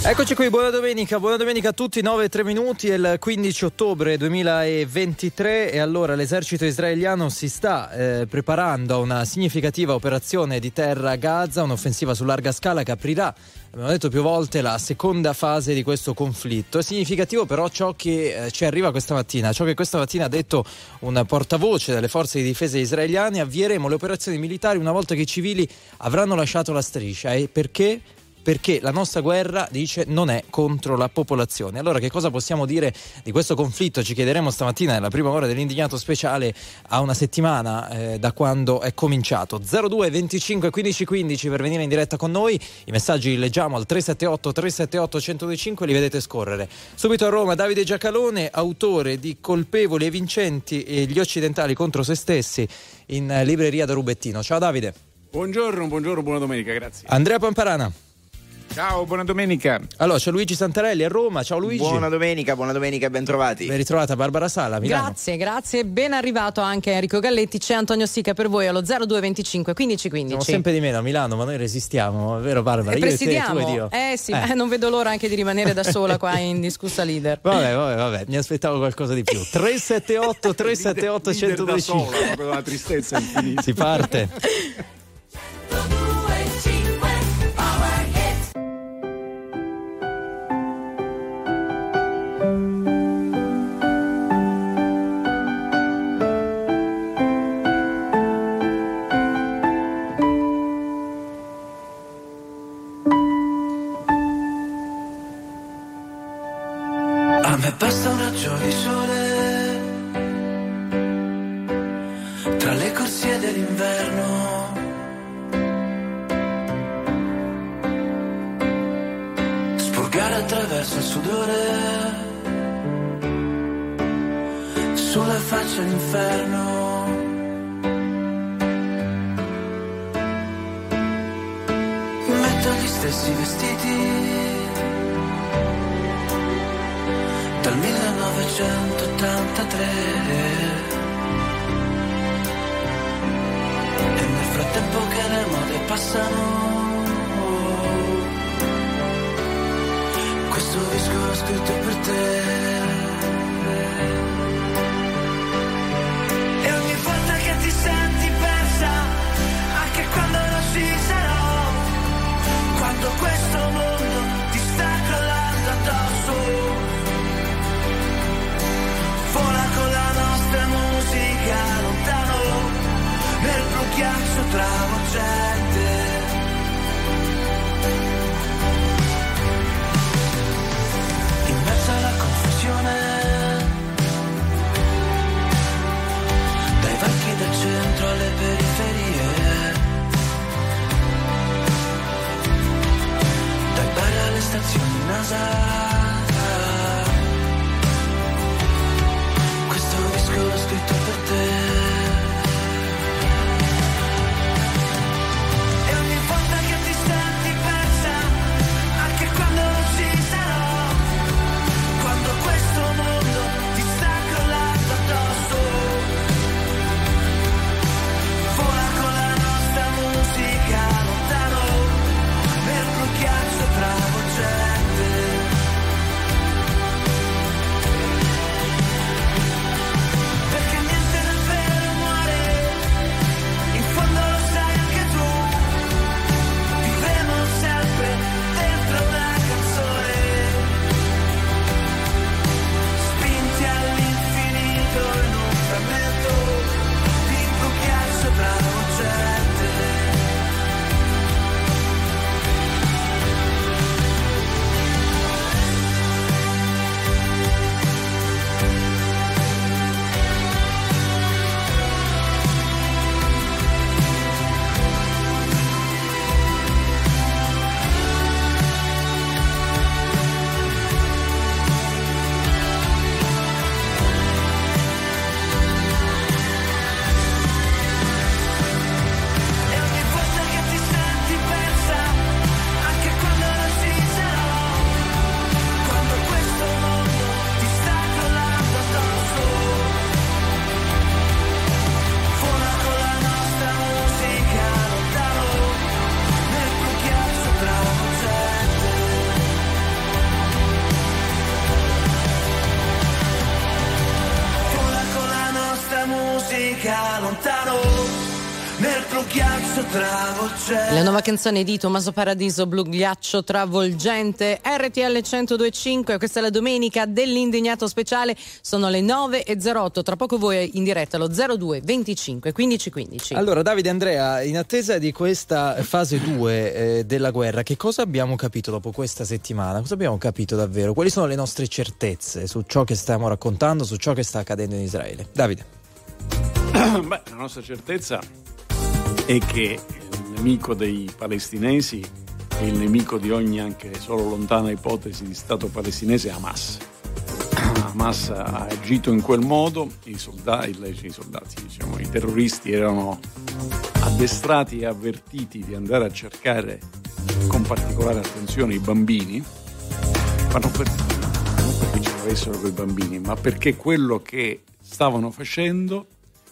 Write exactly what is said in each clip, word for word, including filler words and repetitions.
Eccoci qui, buona domenica, buona domenica a tutti, nove e tre minuti, è il quindici ottobre duemilaventitré e allora l'esercito israeliano si sta eh, preparando a una significativa operazione di terra a Gaza, un'offensiva su larga scala che aprirà, abbiamo detto più volte, la seconda fase di questo conflitto. È significativo però ciò che eh, ci arriva questa mattina, ciò che questa mattina ha detto un portavoce delle forze di difesa israeliane: avvieremo le operazioni militari una volta che i civili avranno lasciato la striscia. E perché? Perché la nostra guerra, dice, non è contro la popolazione. Allora, che cosa possiamo dire di questo conflitto? Ci chiederemo stamattina nella prima ora dell'Indignato Speciale, a una settimana eh, da quando è cominciato. zero due venticinque quindici quindici per venire in diretta con noi. I messaggi li leggiamo al tre sette otto tre sette otto uno zero due cinque, li vedete scorrere. Subito a Roma, Davide Giacalone, autore di Colpevoli e vincenti e gli occidentali contro se stessi, in libreria da Rubettino. Ciao Davide. Buongiorno, buongiorno, buona domenica, grazie. Andrea Pamparana. Ciao, buona domenica. Allora, c'è Luigi Santarelli a Roma. Ciao Luigi. Buona domenica, buona domenica, ben trovati. Ben ritrovata Barbara Sala a Milano. Grazie, grazie. Ben arrivato anche Enrico Galletti. C'è Antonio Sica per voi allo zero due venticinque quindici quindici. Siamo sempre di meno a Milano, ma noi resistiamo, è vero Barbara? E io presidiamo. E te, tu ed io. Eh sì, eh. eh, non vedo l'ora anche di rimanere da sola qua in discussa leader. Vabbè, vabbè, vabbè, mi aspettavo qualcosa di più. tre sette otto tre sette otto uno zero due cinque. Proprio la tristezza infinita. Si parte. A me basta un raggio di sole tra le corsie dell'inverno, spurgare attraverso il sudore sulla faccia l'inferno. Metto gli stessi vestiti dal millenovecentottantatré e nel frattempo che le mode passano, questo disco l'ho scritto per te. E ogni volta che ti senti persa, anche quando non ci sarò, quando questo mondo ti sta crollando addosso, vola con la nostra musica lontano nel blu ghiaccio travolgente. In mezzo alla confusione domenica lontano nel blu ghiaccio travolgente. La nuova canzone di Tommaso Paradiso, Blu ghiaccio travolgente. R T L centodue e cinque, questa è la domenica dell'indignato speciale, sono le nove e zero otto, tra poco voi in diretta allo zero due venticinque quindici quindici. Allora Davide, Andrea, in attesa di questa fase due eh, della guerra, che cosa abbiamo capito dopo questa settimana? Cosa abbiamo capito davvero? Quali sono le nostre certezze su ciò che stiamo raccontando, su ciò che sta accadendo in Israele? Davide. Beh, la nostra certezza è che il nemico dei palestinesi è il nemico di ogni anche solo lontana ipotesi di Stato palestinese, Hamas. Hamas ha agito in quel modo, i soldati, i, soldati diciamo, i terroristi erano addestrati e avvertiti di andare a cercare con particolare attenzione i bambini, ma non, per, non perché ce l'avessero con i bambini, ma perché quello che stavano facendo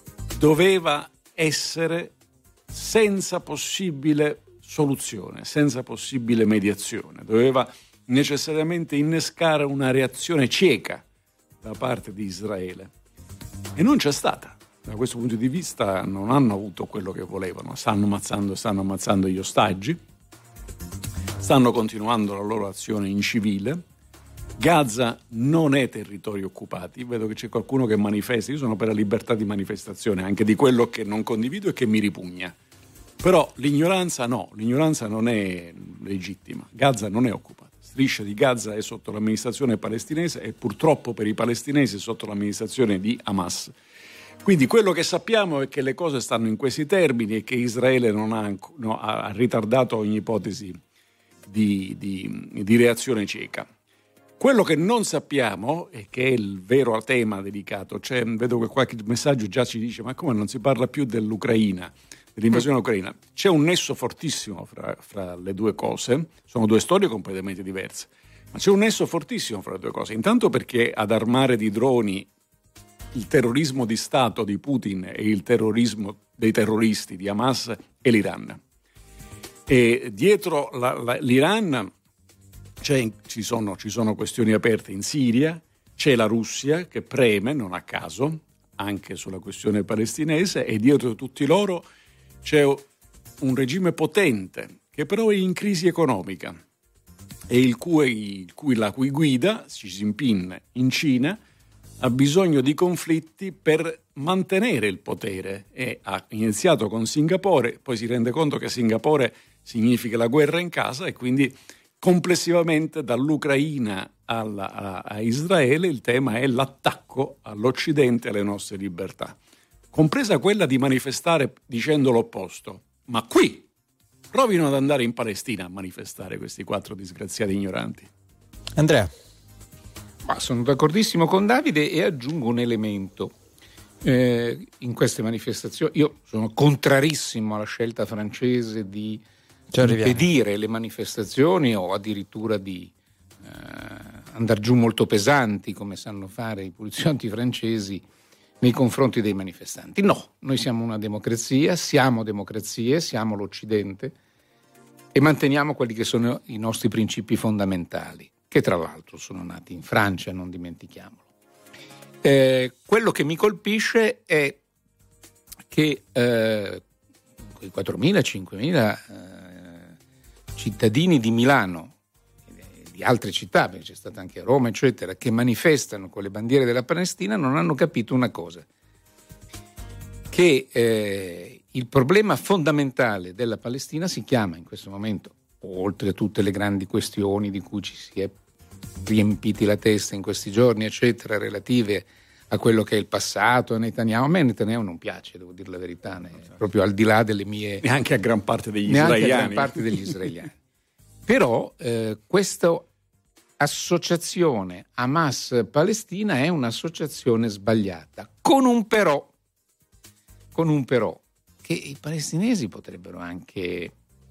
doveva essere senza possibile soluzione, senza possibile mediazione, doveva necessariamente innescare una reazione cieca da parte di Israele, e non c'è stata. Da questo punto di vista non hanno avuto quello che volevano, stanno ammazzando, stanno ammazzando gli ostaggi, stanno continuando la loro azione in civile. Gaza non è territorio occupato, vedo che c'è qualcuno che manifesta, io sono per la libertà di manifestazione anche di quello che non condivido e che mi ripugna, però l'ignoranza no, l'ignoranza non è legittima. Gaza non è occupata, striscia di Gaza è sotto l'amministrazione palestinese e purtroppo per i palestinesi è sotto l'amministrazione di Hamas. Quindi quello che sappiamo è che le cose stanno in questi termini e che Israele non ha, no, ha ritardato ogni ipotesi di, di, di reazione cieca. Quello che non sappiamo, e che è il vero tema delicato, cioè, vedo che qualche messaggio già ci dice: ma come non si parla più dell'Ucraina, dell'invasione ucraina? C'è un nesso fortissimo fra, fra le due cose, sono due storie completamente diverse, ma c'è un nesso fortissimo fra le due cose. Intanto perché ad armare di droni il terrorismo di Stato di Putin e il terrorismo dei terroristi di Hamas è l'Iran. E dietro la, la, l'Iran c'è, ci, sono, ci sono questioni aperte in Siria, c'è la Russia che preme, non a caso, anche sulla questione palestinese, e dietro tutti loro c'è un regime potente che però è in crisi economica e il cui, il cui, la cui guida, Xi Jinping in Cina, ha bisogno di conflitti per mantenere il potere, e ha iniziato con Singapore, poi si rende conto che Singapore significa la guerra in casa, e quindi complessivamente dall'Ucraina alla, a, a Israele il tema è l'attacco all'Occidente e alle nostre libertà, compresa quella di manifestare dicendo l'opposto. Ma qui provino ad andare in Palestina a manifestare questi quattro disgraziati ignoranti. Andrea. Ma sono d'accordissimo con Davide e aggiungo un elemento. Eh, in queste manifestazioni io sono contrarissimo alla scelta francese di impedire le manifestazioni o addirittura di eh, andare giù molto pesanti, come sanno fare i poliziotti francesi nei confronti dei manifestanti. No, noi siamo una democrazia, siamo democrazie, siamo l'Occidente e manteniamo quelli che sono i nostri principi fondamentali, che tra l'altro sono nati in Francia, non dimentichiamolo. Eh, quello che mi colpisce è che eh, quei quattromila cinquemila eh, cittadini di Milano e di altre città, perché c'è stata anche Roma eccetera, che manifestano con le bandiere della Palestina, non hanno capito una cosa, che eh, il problema fondamentale della Palestina si chiama in questo momento, oltre a tutte le grandi questioni di cui ci si è riempiti la testa in questi giorni eccetera, relative a quello che è il passato, a Netanyahu. A me Netanyahu non piace, devo dire la verità, ne, proprio al di là delle mie... Neanche a gran parte degli neanche israeliani. a gran parte degli israeliani. Però eh, questa associazione Hamas-Palestina è un'associazione sbagliata, con un però, con un però, che i palestinesi potrebbero anche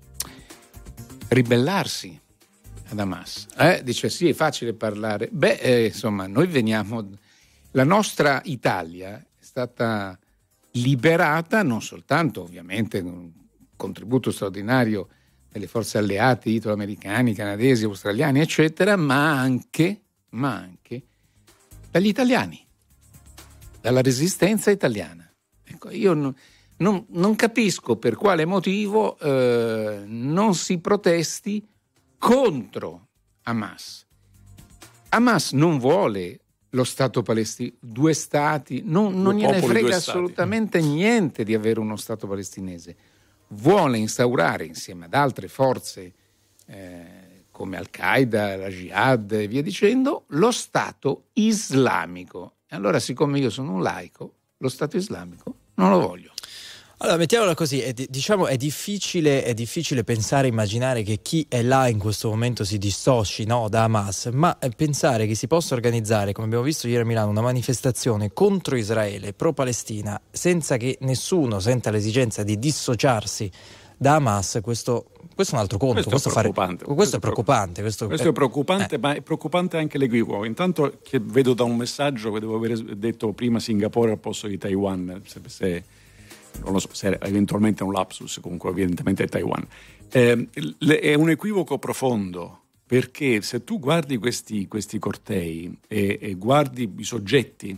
ribellarsi ad Hamas. Eh? Dice sì, è facile parlare. Beh, eh, insomma, noi veniamo... La nostra Italia è stata liberata non soltanto, ovviamente, con un contributo straordinario delle forze alleate, italo-americani, canadesi, australiani, eccetera, ma anche, ma anche dagli italiani, dalla resistenza italiana. Ecco, io non, non, non capisco per quale motivo eh, non si protesti contro Hamas. Hamas non vuole lo Stato palestinese, due stati, non, non gliene frega assolutamente niente di avere uno Stato palestinese. Vuole instaurare insieme ad altre forze eh, come Al-Qaeda, la Jihad e via dicendo, lo Stato islamico. E allora, siccome io sono un laico, lo Stato islamico non lo voglio. Allora, mettiamola così, è, diciamo è difficile, è difficile pensare, immaginare che chi è là in questo momento si dissoci, no, da Hamas, ma pensare che si possa organizzare, come abbiamo visto ieri a Milano, una manifestazione contro Israele, pro-Palestina, senza che nessuno senta l'esigenza di dissociarsi da Hamas, questo, questo è un altro conto. Questo, questo, è, fare, preoccupante. questo, questo è preoccupante. Questo, questo è, è preoccupante, eh. ma è preoccupante anche l'equivoco. Intanto che vedo da un messaggio che devo aver detto prima Singapore al posto di Taiwan, se... se non lo so se eventualmente è un lapsus, comunque evidentemente è Taiwan. Eh, è un equivoco profondo, perché se tu guardi questi, questi cortei e, e guardi i soggetti,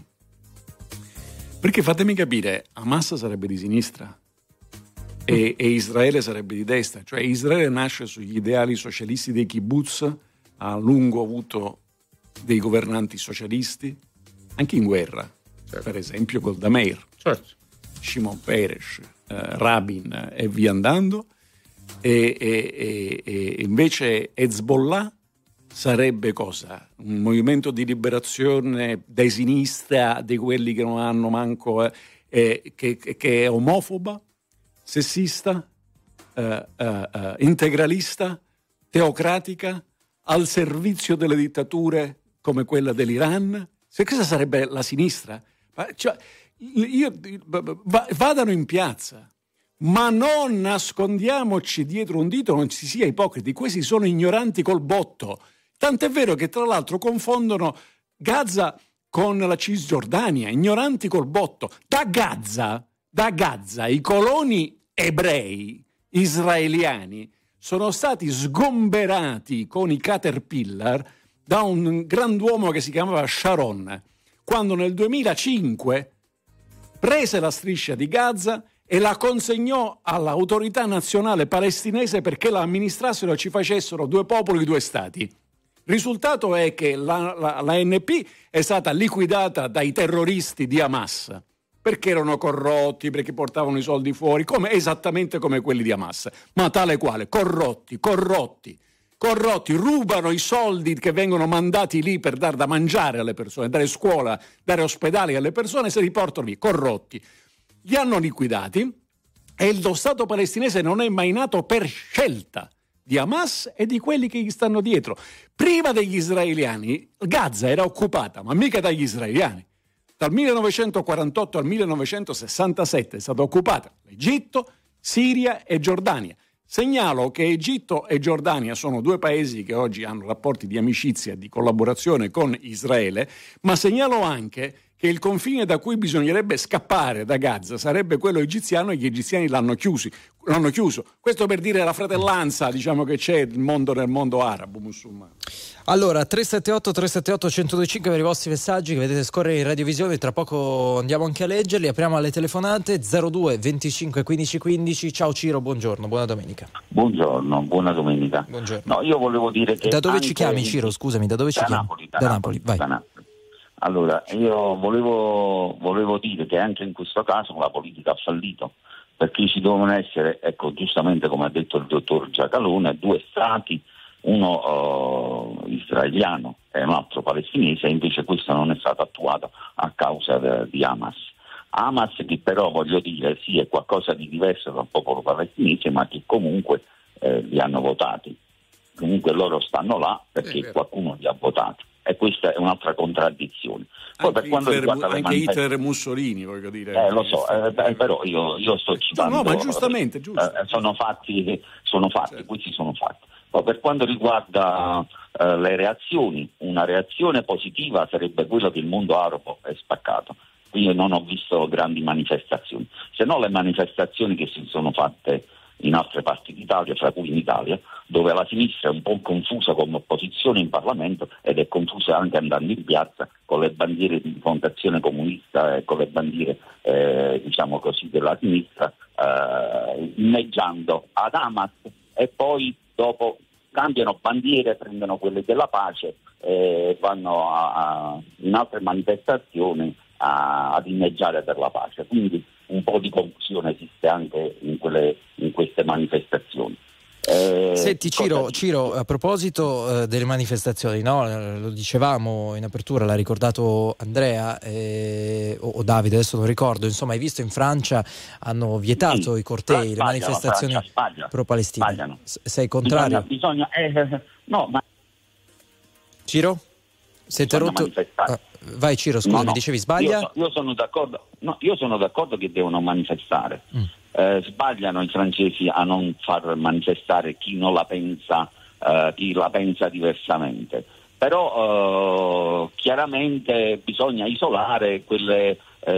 perché fatemi capire, Hamas sarebbe di sinistra e, e Israele sarebbe di destra, cioè Israele nasce sugli ideali socialisti dei kibbutz, ha a lungo avuto dei governanti socialisti, anche in guerra, certo. Per esempio Golda Meir. Certo. Shimon Peres, eh, Rabin e via andando, e, e, e invece Hezbollah sarebbe cosa? Un movimento di liberazione di sinistra, di quelli che non hanno manco, eh, eh, che, che è omofoba, sessista, eh, eh, eh, integralista, teocratica, al servizio delle dittature come quella dell'Iran. Se questa sarebbe la sinistra? Cioè, Io, vadano in piazza, ma non nascondiamoci dietro un dito, non ci sia ipocriti. Questi sono ignoranti col botto, tant'è vero che tra l'altro confondono Gaza con la Cisgiordania, ignoranti col botto. Da Gaza, da Gaza i coloni ebrei israeliani sono stati sgomberati con i Caterpillar da un grand'uomo che si chiamava Sharon, quando nel duemilacinque prese la striscia di Gaza e la consegnò all'autorità nazionale palestinese perché la amministrassero e ci facessero due popoli, due stati. Il risultato è che la, la, la N P è stata liquidata dai terroristi di Hamas perché erano corrotti, perché portavano i soldi fuori, come, esattamente come quelli di Hamas, ma tale quale, corrotti, corrotti. Corrotti, rubano i soldi che vengono mandati lì per dar da mangiare alle persone, dare scuola, dare ospedali alle persone, se li portano lì, corrotti. Li hanno liquidati e lo Stato palestinese non è mai nato per scelta di Hamas e di quelli che gli stanno dietro. Prima degli israeliani, Gaza era occupata, ma mica dagli israeliani. Dal millenovecentoquarantotto al millenovecentosessantasette è stata occupata Egitto, Siria e Giordania. Segnalo che Egitto e Giordania sono due paesi che oggi hanno rapporti di amicizia e di collaborazione con Israele, ma segnalo anche che il confine da cui bisognerebbe scappare da Gaza sarebbe quello egiziano e gli egiziani l'hanno chiusi, l'hanno chiuso. Questo per dire la fratellanza, diciamo, che c'è il mondo nel mondo arabo musulmano. Allora, tre sette otto tre sette otto uno zero due cinque per i vostri messaggi che vedete scorrere in radiovisione, tra poco andiamo anche a leggerli. Apriamo alle telefonate zero due venticinque quindici quindici. Ciao Ciro, buongiorno, buona domenica. Buongiorno, buona domenica. Buongiorno. No, io volevo dire che da dove anche... ci chiami, Ciro? Scusami, da dove ci da chiami? Napoli, da, da Napoli, Napoli, vai. Da Napoli. Allora, io volevo, volevo dire che anche in questo caso la politica ha fallito, perché ci devono essere, ecco, giustamente come ha detto il dottor Giacalone, due stati, uno uh, israeliano e un altro palestinese, e invece questo non è stato attuato a causa de, di Hamas. Hamas che però, voglio dire, sì, è qualcosa di diverso dal popolo palestinese, ma che comunque eh, li hanno votati. Comunque loro stanno là perché qualcuno li ha votati. E questa è un'altra contraddizione. Poi anche per quanto Hitler, riguarda anche manifest- Hitler e Mussolini, voglio dire. Eh, lo so, eh, beh, però io, io sto citando. No, no, ma giustamente, giusto. Eh, sono fatti, sono fatti, certo. Questi sono fatti. Poi per quanto riguarda eh, le reazioni, una reazione positiva sarebbe quella che il mondo arabo è spaccato. Io non ho visto grandi manifestazioni, se no le manifestazioni che si sono fatte in altre parti d'Italia, fra cui in Italia, dove la sinistra è un po' confusa come opposizione in Parlamento ed è confusa anche andando in piazza con le bandiere di fondazione comunista e con le bandiere eh, diciamo così della sinistra, eh, inneggiando ad Hamas, e poi dopo cambiano bandiere, prendono quelle della pace e vanno a, a, in altre manifestazioni a, ad inneggiare per la pace. Quindi un po' di confusione esiste anche in, quelle, in queste manifestazioni. Eh, Senti Ciro, Ciro, a proposito eh, delle manifestazioni, no? Lo dicevamo in apertura, l'ha ricordato Andrea eh, o, o Davide, adesso non ricordo, insomma hai visto in Francia hanno vietato sì, i cortei, le manifestazioni Francia, pro-palestine. S- sei contrario? Bisogna, bisogna eh, no, ma Ciro? Si è interrotto? Ah, vai Ciro, scusa, no, mi no, dicevi sbaglia? Io, io sono d'accordo, no, io sono d'accordo che devono manifestare. Mm. Eh, sbagliano i francesi a non far manifestare chi non la pensa, eh, chi la pensa diversamente. Però eh, chiaramente bisogna isolare quelle eh,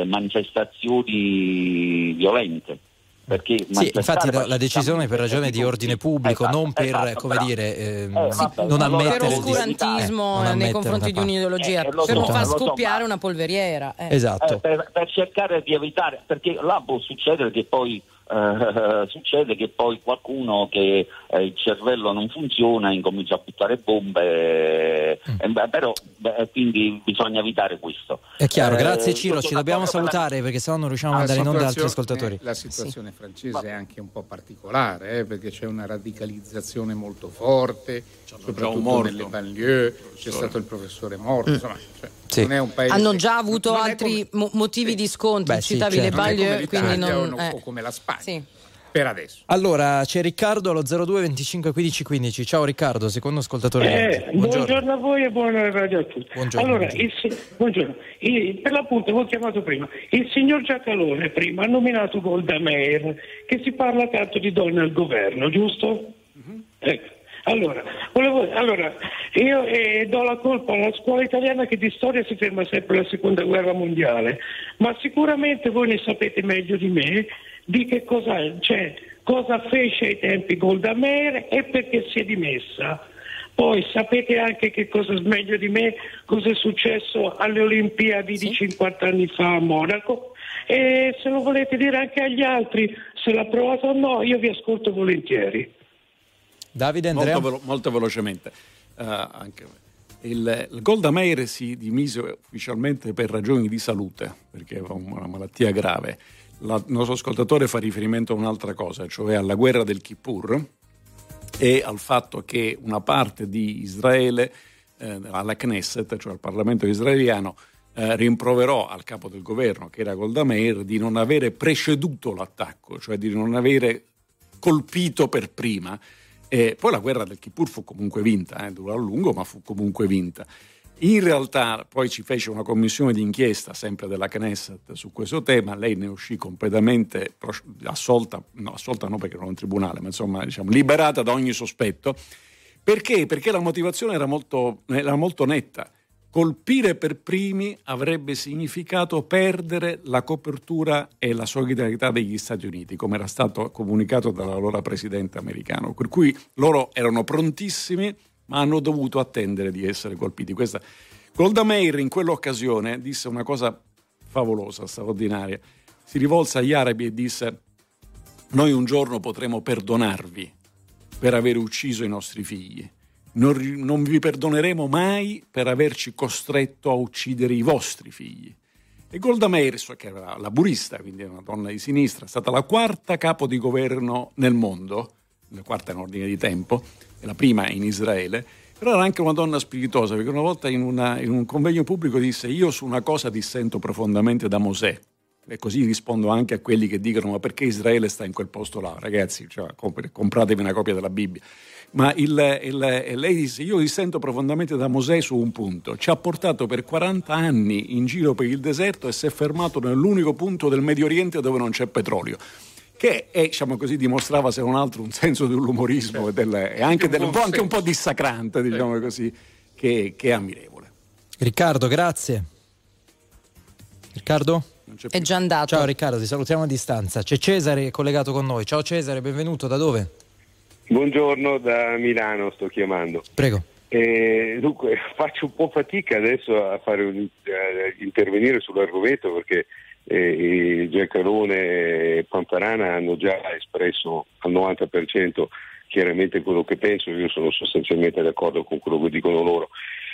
manifestazioni violente. Perché sì, infatti la, la decisione per ragione di ordine pubblico, esatto, non per esatto, come bravo. dire eh, eh, vabbè, non ammettere per oscurantismo eh, nei confronti di un'ideologia, eh, per non far scoppiare una polveriera. Eh. Esatto. Eh, per, per cercare di evitare, perché là può succedere che poi eh, succede che poi qualcuno che eh, il cervello non funziona incomincia a buttare bombe, mm. eh, però beh, quindi bisogna evitare questo. È chiaro, eh, grazie Ciro, ci dobbiamo salutare la... perché sennò non riusciamo a mandare in onda altri ascoltatori. La situazione sì. francese è anche un po' particolare, eh, perché c'è una radicalizzazione molto forte, soprattutto nelle banlieue, c'è stato il professore morto, mm. insomma, cioè, sì. non è un paese hanno già che, avuto altri come... motivi sì. di scontro, Beh, citavi sì, le certo. banlieue, quindi non un eh. po' come la Spagna. Sì. Per adesso. Allora c'è Riccardo allo zero due venticinque quindici quindici. Ciao Riccardo, secondo ascoltatore. Eh, buongiorno. buongiorno a voi e buona radio a tutti. Buongiorno, allora, buongiorno. Il, buongiorno. Il, per l'appunto avevo chiamato prima. Il signor Giacalone prima ha nominato Golda Meir, che si parla tanto di donne al governo, giusto? Uh-huh. Ecco. Allora, volevo, allora io eh, do la colpa alla scuola italiana che di storia si ferma sempre alla seconda guerra mondiale, ma sicuramente voi ne sapete meglio di me di che cosa, cioè, cosa fece ai tempi Golda Meir e perché si è dimessa. Poi sapete anche che cosa, meglio di me, cosa è successo alle Olimpiadi sì. di cinquanta anni fa a Monaco, e se lo volete dire anche agli altri se l'ha provato o no, io vi ascolto volentieri. Davide, Andrea? Molto, velo- molto velocemente. Uh, anche il, il Golda Meir si dimise ufficialmente per ragioni di salute, perché aveva una malattia grave. La, il nostro ascoltatore fa riferimento a un'altra cosa, cioè alla guerra del Kippur e al fatto che una parte di Israele, eh, alla Knesset, cioè al Parlamento israeliano, eh, rimproverò al capo del governo, che era Golda Meir, di non avere preceduto l'attacco, cioè di non avere colpito per prima. E poi la guerra del Kippur fu comunque vinta, eh, durò a lungo, ma fu comunque vinta. In realtà poi ci fece una commissione d'inchiesta sempre della Knesset su questo tema, lei ne uscì completamente assolta, no assolta no perché era un tribunale, ma insomma diciamo liberata da ogni sospetto. Perché? Perché la motivazione era molto, era molto netta. Colpire per primi avrebbe significato perdere la copertura e la solidarietà degli Stati Uniti, come era stato comunicato dall'allora presidente americano, per cui loro erano prontissimi ma hanno dovuto attendere di essere colpiti. Questa Golda Meir in quell'occasione disse una cosa favolosa, straordinaria. Si rivolse agli arabi e disse: noi un giorno potremo perdonarvi per aver ucciso i nostri figli, non, non vi perdoneremo mai per averci costretto a uccidere i vostri figli. E Golda Meir, che era laburista, quindi una donna di sinistra, è stata la quarta capo di governo nel mondo, la quarta in ordine di tempo, e la prima in Israele, però era anche una donna spiritosa, perché una volta in, una, in un convegno pubblico disse: io su una cosa dissento profondamente da Mosè, e così rispondo anche a quelli che dicono: ma perché Israele sta in quel posto là? Ragazzi, cioè, comp- compratevi una copia della Bibbia. Ma il, il, lei disse: io dissento profondamente da Mosè su un punto, ci ha portato per quaranta anni in giro per il deserto e si è fermato nell'unico punto del Medio Oriente dove non c'è petrolio, che è, diciamo così, dimostrava se non altro un senso dell'umorismo, certo, e, del, e anche, del, un po', anche un po' dissacrante, diciamo, certo, così, che, che è ammirevole. Riccardo, grazie. Riccardo? È già andato. Ciao Riccardo, ti salutiamo a distanza. C'è Cesare collegato con noi. Ciao Cesare, benvenuto. Da dove? Buongiorno, da Milano sto chiamando. Prego. Eh, dunque, faccio un po' fatica adesso a fare un, a intervenire sull'argomento, perché eh, Giacalone e Pamparana hanno già espresso al novanta per cento chiaramente quello che penso. Io sono sostanzialmente d'accordo con quello che dicono loro.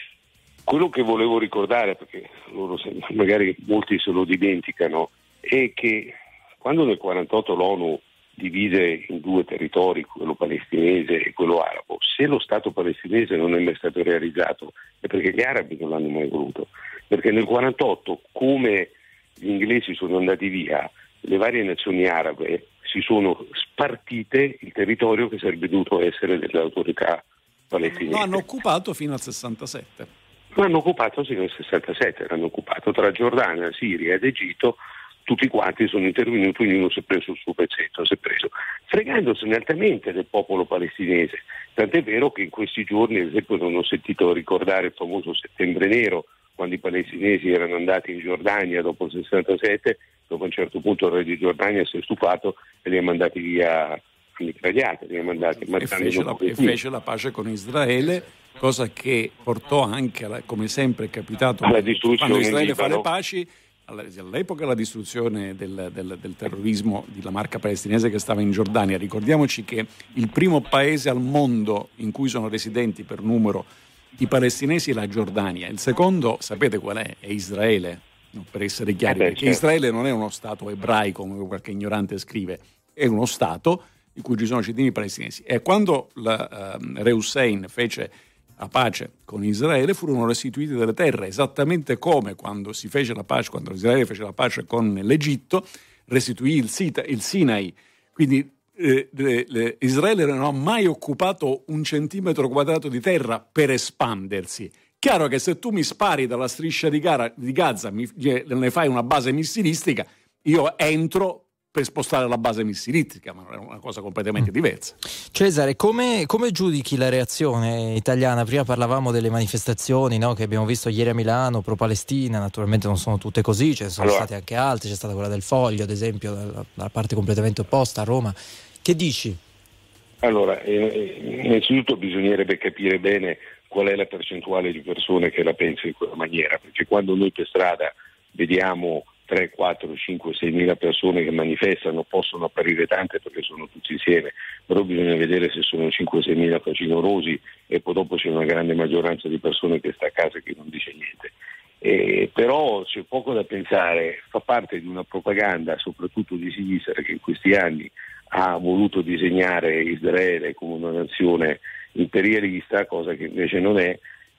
Quello che volevo ricordare, perché loro magari molti se lo dimenticano, è che quando nel quarantotto l'ONU divide in due territori, quello palestinese e quello arabo, se lo Stato palestinese non è mai stato realizzato è perché gli arabi non l'hanno mai voluto, perché nel quarantotto, come gli inglesi sono andati via, le varie nazioni arabe si sono spartite il territorio che sarebbe dovuto essere delle autorità palestinesi. Lo hanno occupato fino al sessantasette. Lo hanno occupato fino al sessantasette, l'hanno occupato tra Giordania, Siria ed Egitto. Tutti quanti sono intervenuti, ognuno si è preso il suo pezzetto, si è preso, fregandosene altamente del popolo palestinese. Tant'è vero che in questi giorni, ad esempio, non ho sentito ricordare il famoso Settembre Nero, quando i palestinesi erano andati in Giordania dopo il sessantasette, dopo a un certo punto il re di Giordania si è stufato e li ha mandati via a mitragliate, li ha mandati e fece, la, e fece la pace con Israele, cosa che portò anche, alla, come sempre è capitato, alla distruzione quando Israele fa le paci, all'epoca la distruzione del, del, del terrorismo della Marca palestinese che stava in Giordania. Ricordiamoci che il primo paese al mondo in cui sono residenti per numero i palestinesi è la Giordania, il secondo sapete qual è? È Israele, no? Per essere chiari, eh beh, perché certo. Israele non è uno stato ebraico come qualche ignorante scrive, è uno stato in cui ci sono cittadini palestinesi, e quando la, uh, Re Hussein fece la pace con Israele furono restituite delle terre, esattamente come quando si fece la pace, quando Israele fece la pace con l'Egitto, restituì il, Sita, il Sinai. Quindi eh, le, le, Israele non ha mai occupato un centimetro quadrato di terra per espandersi. Chiaro che se tu mi spari dalla striscia di, gara, di Gaza, mi, ne fai una base missilistica, io entro per spostare la base missilistica, ma è una cosa completamente diversa. Cesare, come, come giudichi la reazione italiana? Prima parlavamo delle manifestazioni, no, che abbiamo visto ieri a Milano, pro-Palestina, naturalmente non sono tutte così, ce ne sono allora. state anche altre, c'è stata quella del Foglio, ad esempio, dalla, dalla parte completamente opposta a Roma. Che dici? Allora, eh, innanzitutto bisognerebbe capire bene qual è la percentuale di persone che la pensano in quella maniera, perché quando noi per strada vediamo tre, quattro, cinque, sei mila persone che manifestano, possono apparire tante perché sono tutti insieme, però bisogna vedere se sono cinque sei mila facinorosi e poi dopo c'è una grande maggioranza di persone che sta a casa e che non dice niente. Eh, però c'è poco da pensare, fa parte di una propaganda soprattutto di sinistra che in questi anni ha voluto disegnare Israele come una nazione imperialista, cosa che invece non è.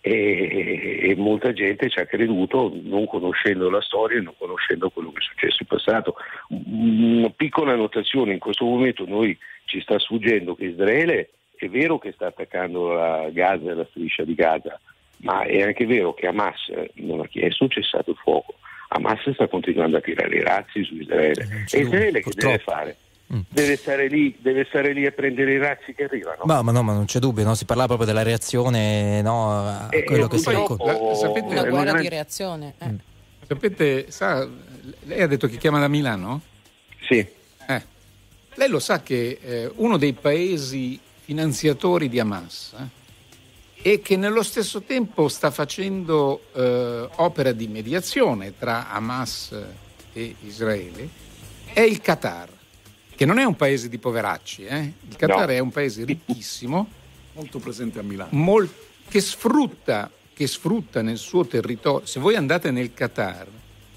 E, e molta gente ci ha creduto non conoscendo la storia e non conoscendo quello che è successo in passato. Una piccola notazione: in questo momento noi ci sta sfuggendo che Israele è vero che sta attaccando la Gaza e la striscia di Gaza, ma è anche vero che Hamas non ha chiesto un cessato il fuoco. Hamas sta continuando a tirare i razzi su Israele. E Israele che deve fare? Mm. Deve stare lì, deve stare lì a prendere i razzi che arrivano. Ma, ma no, ma non c'è dubbio, no? Si parlava proprio della reazione, no, a eh, quello che si è sapete, una guerra una... di reazione. Eh. Mm. Sapete, sa, lei ha detto che chiama da Milano? Sì. Eh. Lei lo sa che eh, uno dei paesi finanziatori di Hamas eh, e che nello stesso tempo sta facendo eh, opera di mediazione tra Hamas e Israele è il Qatar, che non è un paese di poveracci, eh? Il Qatar no. è un paese ricchissimo, molto presente a Milano, mol- che sfrutta che sfrutta nel suo territorio. Se voi andate nel Qatar,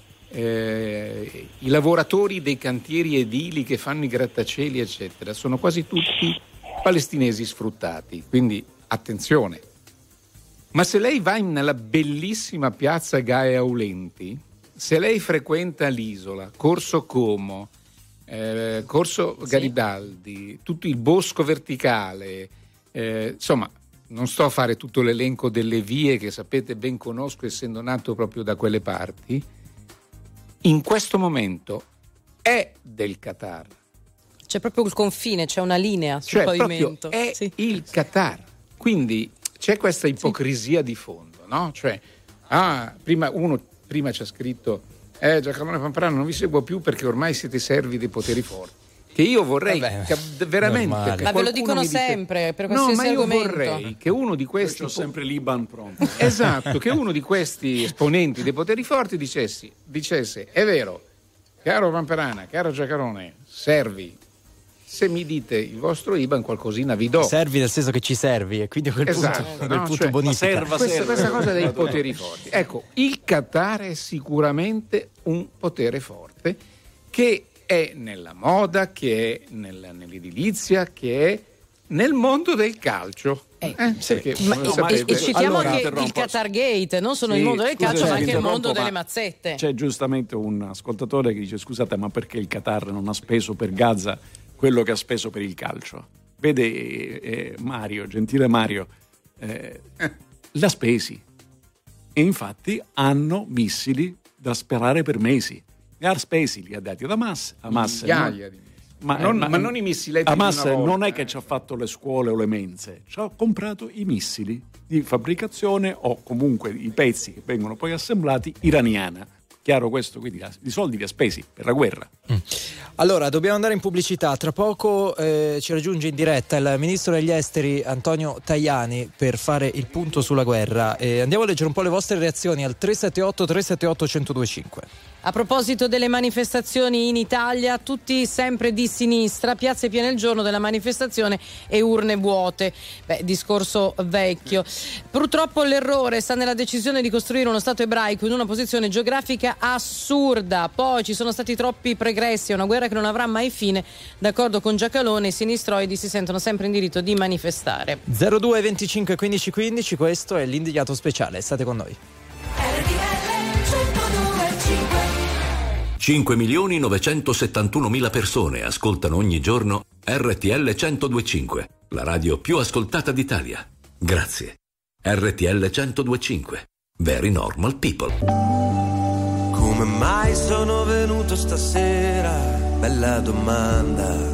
eh, i lavoratori dei cantieri edili che fanno i grattacieli eccetera sono quasi tutti palestinesi sfruttati, quindi attenzione. Ma se lei va nella bellissima piazza Gaia Aulenti, se lei frequenta l'isola, Corso Como, Eh, Corso Garibaldi, sì. tutto il bosco verticale, eh, insomma non sto a fare tutto l'elenco delle vie che sapete ben conosco essendo nato proprio da quelle parti, in questo momento è del Qatar. C'è proprio il confine, c'è una linea sul cioè, pavimento. È sì. il Qatar, quindi c'è questa ipocrisia sì. di fondo, no? Cioè, ah, prima uno prima ci ha scritto Eh, Giacalone Pamparano, non vi seguo più perché ormai siete servi dei poteri forti. Che io vorrei Vabbè, che, veramente che ma ve lo dicono sempre per qualsiasi no, ma io argomento. vorrei che uno di questi ho sempre l'Iban pronto. Esatto, che uno di questi esponenti dei poteri forti dicessi, dicesse è vero, caro Pamperana, caro Giacarone, servi. Se mi dite il vostro I B A N, qualcosina vi do. Servi nel senso che ci servi, e quindi a quel esatto, punto, a quel no? punto Cioè, bonifica. Serva, questa, serva. questa cosa dei poteri forti. Ecco, il Qatar è sicuramente un potere forte che è nella moda, che è nella, nell'edilizia, che è nel mondo del calcio. Eh, eh, sì. perché, Ma, come e, sapete, e citiamo allora, anche il interrompo. Qatar Gate, non solo Sì, il mondo del scusa, calcio, sì, ma anche il interrompo, mondo delle ma mazzette. C'è giustamente un ascoltatore che dice: scusate, ma perché il Qatar non ha speso per Gaza quello che ha speso per il calcio? Vede eh, Mario, gentile Mario, eh, l'ha spesi, e infatti hanno missili da sperare per mesi. Li ha spesi, li ha dati ad Hamas. Hamas migliaia non, di ma, non, ma, ma non i missiletti Hamas di una volta, non è che eh. ci ha fatto le scuole o le mense, ci ha comprato i missili di fabbricazione o comunque i pezzi che vengono poi assemblati iraniana. Chiaro questo, quindi i soldi li ha spesi per la guerra. Mm. Allora, dobbiamo andare in pubblicità. Tra poco eh, ci raggiunge in diretta il ministro degli esteri Antonio Tajani per fare il punto sulla guerra. E andiamo a leggere un po' le vostre reazioni al tre sette otto tre sette otto uno zero due cinque. A proposito delle manifestazioni in Italia, tutti sempre di sinistra, piazze piene il giorno della manifestazione e urne vuote. Beh, discorso vecchio. Purtroppo l'errore sta nella decisione di costruire uno Stato ebraico in una posizione geografica assurda. Poi ci sono stati troppi pregressi, è una guerra che non avrà mai fine. D'accordo con Giacalone, i sinistroidi si sentono sempre in diritto di manifestare. zero due venticinque quindici quindici, questo è l'indignato speciale, state con noi. cinque milioni novecentosettantuno mila persone ascoltano ogni giorno R T L centodue e cinque, la radio più ascoltata d'Italia. Grazie. R T L centodue e cinque. Very normal people. Come mai sono venuto stasera? Bella domanda.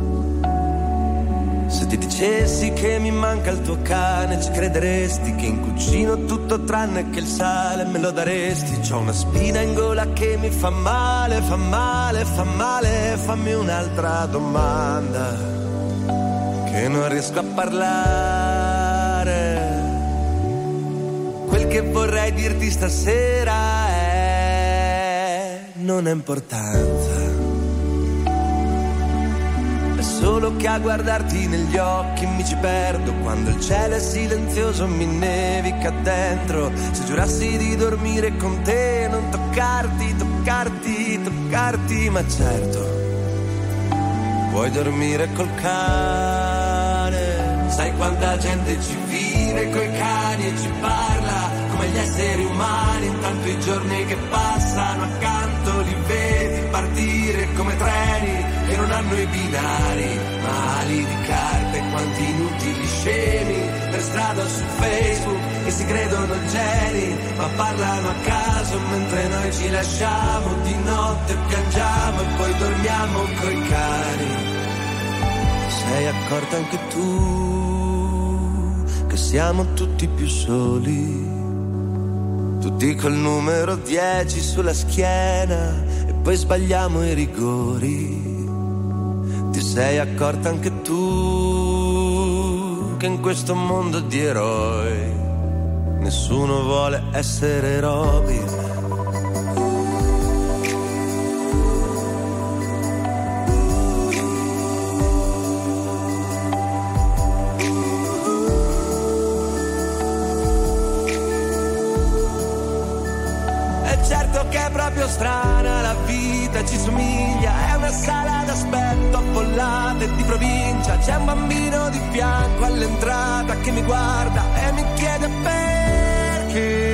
Se ti dicessi che mi manca il tuo cane, ci crederesti che in cucina ho tutto tranne che il sale, me lo daresti. C'ho una spina in gola che mi fa male, fa male, fa male. Fammi un'altra domanda, che non riesco a parlare. Quel che vorrei dirti stasera è: non ha importanza. È solo che a guardarti negli occhi mi ci perdo. Quando il cielo è silenzioso mi nevica dentro. Se giurassi di dormire con te, non toccarti, toccarti, toccarti. Ma certo, puoi dormire col cane. Sai quanta gente ci vive coi cani e ci parla come gli esseri umani. Intanto i giorni che passano accanto li vedi partire come treni che non hanno i binari, ma ali di carte, quanti inutili scemi per strada su Facebook che si credono geni, ma parlano a caso mentre noi ci lasciamo di notte, piangiamo e poi dormiamo coi cani. Sei accorta anche tu che siamo tutti più soli, tutti col numero dieci sulla schiena e poi sbagliamo i rigori. Ti sei accorta anche tu che in questo mondo di eroi nessuno vuole essere Robin. È certo che è proprio strana la vita, ci somiglia, è una sala d'aspetto affollata e di provincia. C'è un bambino di fianco all'entrata che mi guarda e mi chiede perché.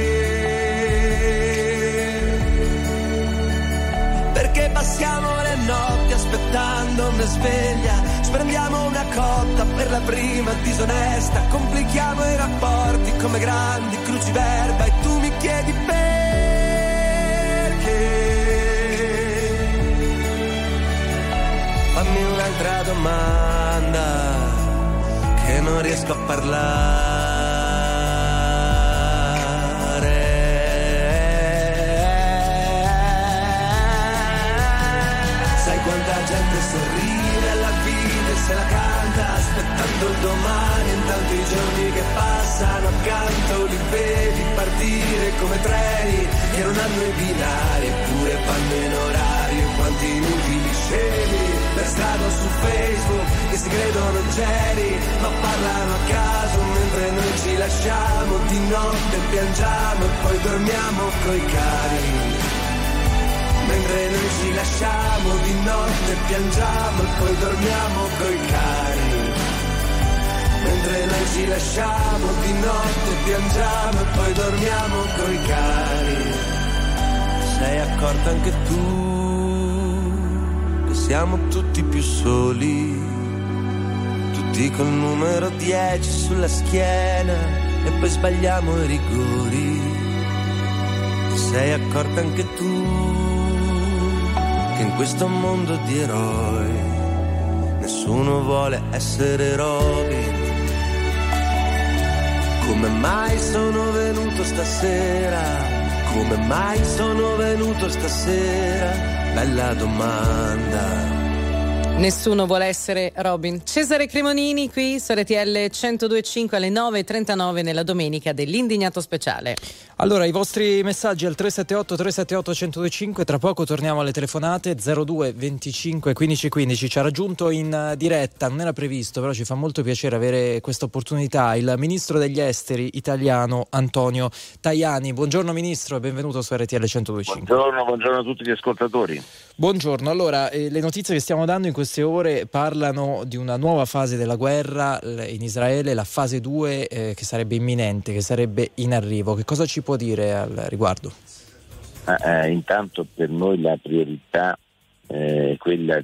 Perché passiamo le notti aspettando una sveglia, sprendiamo una cotta per la prima disonesta, complichiamo i rapporti come grandi cruciverba e tu mi chiedi perché. Fammi un'altra domanda, che non riesco a parlare. Sai quanta gente sorride alla vita e se la canta, aspettando il domani, intanto i giorni che passano accanto li vedi partire come treni che non hanno i binari, eppure vanno in orario quanti inutili scemi per strada su Facebook che si credono geni ma parlano a caso mentre noi ci lasciamo, di notte piangiamo e poi dormiamo coi cari. Mentre noi ci lasciamo, di notte piangiamo e poi dormiamo coi cari. Mentre noi ci lasciamo, di notte piangiamo e poi dormiamo coi cari. Sei accorta anche tu che siamo tutti più soli, tutti col numero dieci sulla schiena e poi sbagliamo i rigori. Sei accorta anche tu che in questo mondo di eroi nessuno vuole essere Robin. Come mai sono venuto stasera? Come mai sono venuto stasera? Bella domanda. Nessuno vuole essere Robin. Cesare Cremonini qui su R T L centodue e cinque alle nove e trentanove nella domenica dell'Indignato Speciale. Allora, i vostri messaggi al tre sette otto tre sette otto uno zero due cinque, tra poco torniamo alle telefonate. Zero due venticinque quindici quindici. Ci ha raggiunto in diretta, non era previsto, però ci fa molto piacere avere questa opportunità, il ministro degli esteri italiano Antonio Tajani. Buongiorno ministro e benvenuto su R T L centodue e cinque. Buongiorno, buongiorno a tutti gli ascoltatori. Buongiorno, allora eh, le notizie che stiamo dando in queste ore parlano di una nuova fase della guerra in Israele, la fase due eh, che sarebbe imminente, che sarebbe in arrivo. Che cosa ci può dire al riguardo? Eh, intanto per noi la priorità eh, è quella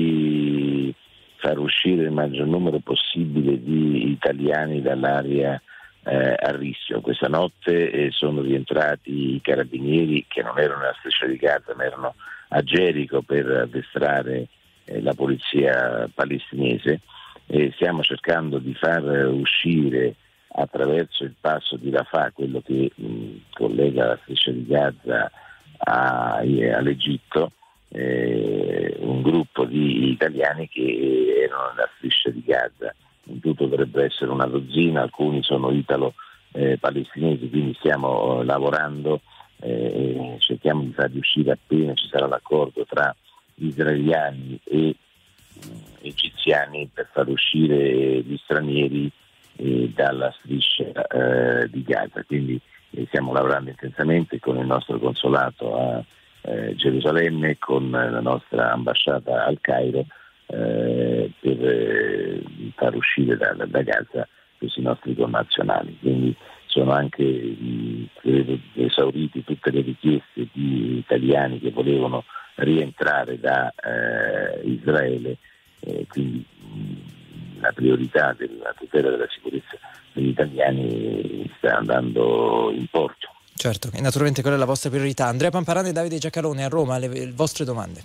di far uscire il maggior numero possibile di italiani dall'area eh, a rischio. Questa notte eh, sono rientrati i carabinieri che non erano nella striscia di Gaza ma erano a Gerico per addestrare eh, la polizia palestinese e stiamo cercando di far uscire attraverso il passo di Rafah, quello che mh, collega la striscia di Gaza a, eh, all'Egitto, eh, un gruppo di italiani che erano nella striscia di Gaza. In tutto dovrebbe essere una dozzina, alcuni sono italo-palestinesi, eh, quindi stiamo lavorando. Eh, cerchiamo di farli uscire appena ci sarà l'accordo tra israeliani e mh, egiziani per far uscire gli stranieri eh, dalla striscia eh, di Gaza. Quindi eh, stiamo lavorando intensamente con il nostro consolato a eh, Gerusalemme, con la nostra ambasciata al Cairo eh, per eh, far uscire da, da Gaza questi nostri connazionali. Quindi sono anche credo, esauriti tutte le richieste di italiani che volevano rientrare da eh, Israele, eh, quindi mh, la priorità della tutela della sicurezza degli italiani sta andando in porto. Certo, e naturalmente quella è la vostra priorità. Andrea Pamparani e Davide Giacalone a Roma, le, le vostre domande.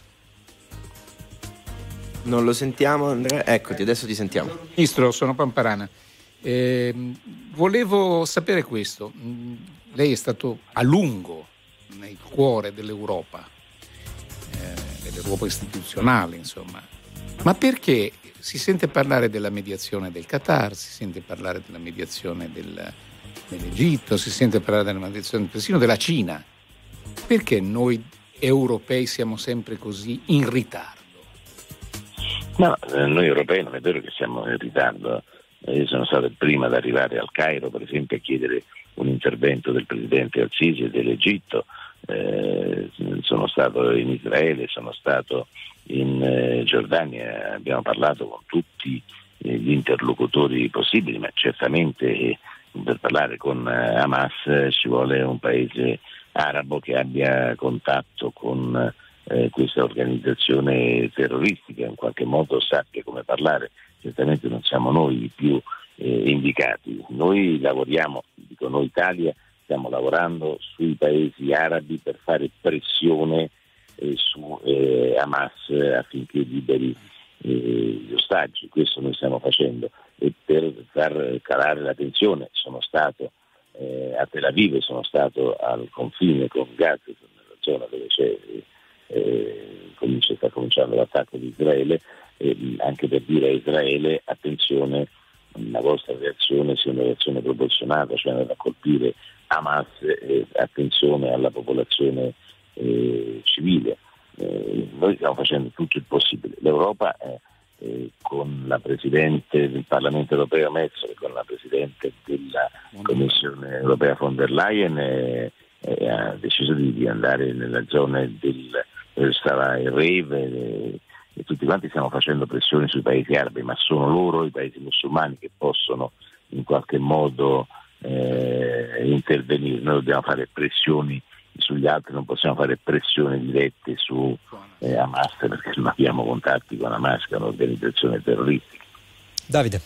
Non lo sentiamo Andrea? Eccoti, adesso ti sentiamo. Ministro, sono Pamparana. Eh, volevo sapere questo, lei è stato a lungo nel cuore dell'Europa, eh, dell'Europa istituzionale insomma, ma perché si sente parlare della mediazione del Qatar, si sente parlare della mediazione del, dell'Egitto, si sente parlare della mediazione persino della Cina, perché noi europei siamo sempre così in ritardo? No, eh, noi europei non è vero che siamo in ritardo. Io sono stato il primo ad arrivare al Cairo, per esempio, a chiedere un intervento del presidente al-Sisi e dell'Egitto. Eh, sono stato in Israele, sono stato in eh, Giordania, abbiamo parlato con tutti eh, gli interlocutori possibili, ma certamente eh, per parlare con eh, Hamas eh, ci vuole un paese arabo che abbia contatto con eh, questa organizzazione terroristica, in qualche modo sappia come parlare. Certamente non siamo noi i più eh, indicati. Noi lavoriamo, dico noi Italia, stiamo lavorando sui paesi arabi per fare pressione eh, su eh, Hamas affinché liberi eh, gli ostaggi. Questo noi stiamo facendo e per far calare la tensione sono stato eh, a Tel Aviv, sono stato al confine con Gaza, nella zona dove c'è, eh, comincia, sta cominciando l'attacco di Israele, Eh, anche per dire a Israele attenzione, la vostra reazione sia una reazione proporzionata, cioè andare a colpire Hamas, eh, attenzione alla popolazione eh, civile. eh, noi stiamo facendo tutto il possibile. L'Europa eh, eh, con la Presidente del Parlamento europeo Metsola e con la Presidente della Commissione europea von der Leyen eh, eh, ha deciso di, di andare nella zona del, dove stava il rave eh, e tutti quanti stiamo facendo pressioni sui paesi arabi, ma sono loro, i paesi musulmani, che possono in qualche modo eh, intervenire. Noi dobbiamo fare pressioni sugli altri, non possiamo fare pressioni dirette su eh, Hamas, perché non abbiamo contatti con Hamas, che è un'organizzazione terroristica. Davide.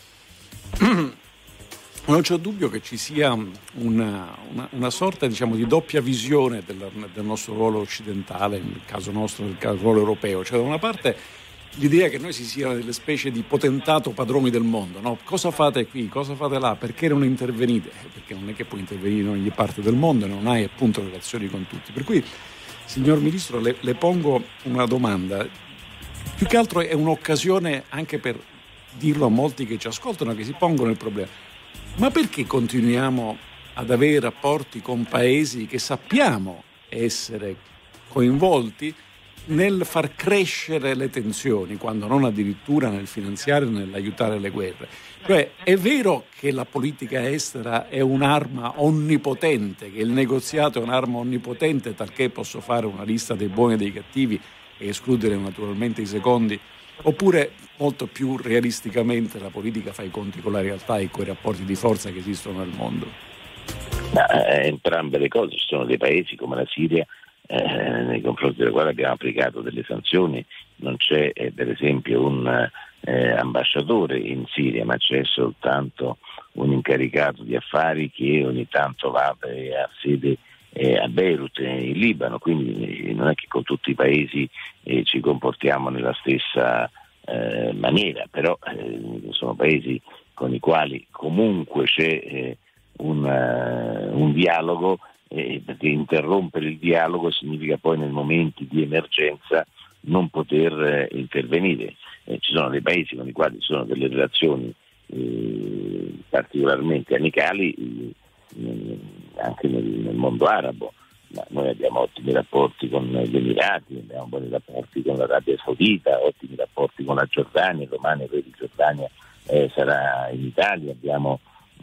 Non c'è dubbio che ci sia una, una, una sorta, diciamo, di doppia visione del, del nostro ruolo occidentale, nel caso nostro, nel caso ruolo europeo. Cioè, da una parte l'idea che noi si siano delle specie di potentato padroni del mondo, no? Cosa fate qui, cosa fate là, perché non intervenite? Perché non è che puoi intervenire in ogni parte del mondo e non hai appunto relazioni con tutti. Per cui, signor Ministro, le, le pongo una domanda. Più che altro è un'occasione anche per dirlo a molti che ci ascoltano, che si pongono il problema. Ma perché continuiamo ad avere rapporti con paesi che sappiamo essere coinvolti nel far crescere le tensioni, quando non addirittura nel finanziare o nell'aiutare le guerre? Cioè, è vero che la politica estera è un'arma onnipotente, che il negoziato è un'arma onnipotente, talché posso fare una lista dei buoni e dei cattivi e escludere naturalmente i secondi? Oppure molto più realisticamente la politica fa i conti con la realtà e con i rapporti di forza che esistono nel mondo? Ma, eh, entrambe le cose. Ci sono dei paesi come la Siria eh, nei confronti dei quali abbiamo applicato delle sanzioni. Non c'è eh, per esempio un eh, ambasciatore in Siria, ma c'è soltanto un incaricato di affari che ogni tanto va e ha sede eh, a Beirut in Libano, quindi eh, non è che con tutti i paesi eh, ci comportiamo nella stessa eh, maniera, però eh, sono paesi con i quali comunque c'è eh, un, uh, un dialogo, eh, perché interrompere il dialogo significa poi nei momenti di emergenza non poter eh, intervenire. Eh, ci sono dei paesi con i quali ci sono delle relazioni eh, particolarmente amicali, eh, anche nel, nel mondo arabo. Ma noi abbiamo ottimi rapporti con gli Emirati, abbiamo buoni rapporti con l'Arabia Saudita, ottimi rapporti con la Giordania, domani il re di Giordania eh, sarà in Italia, abbiamo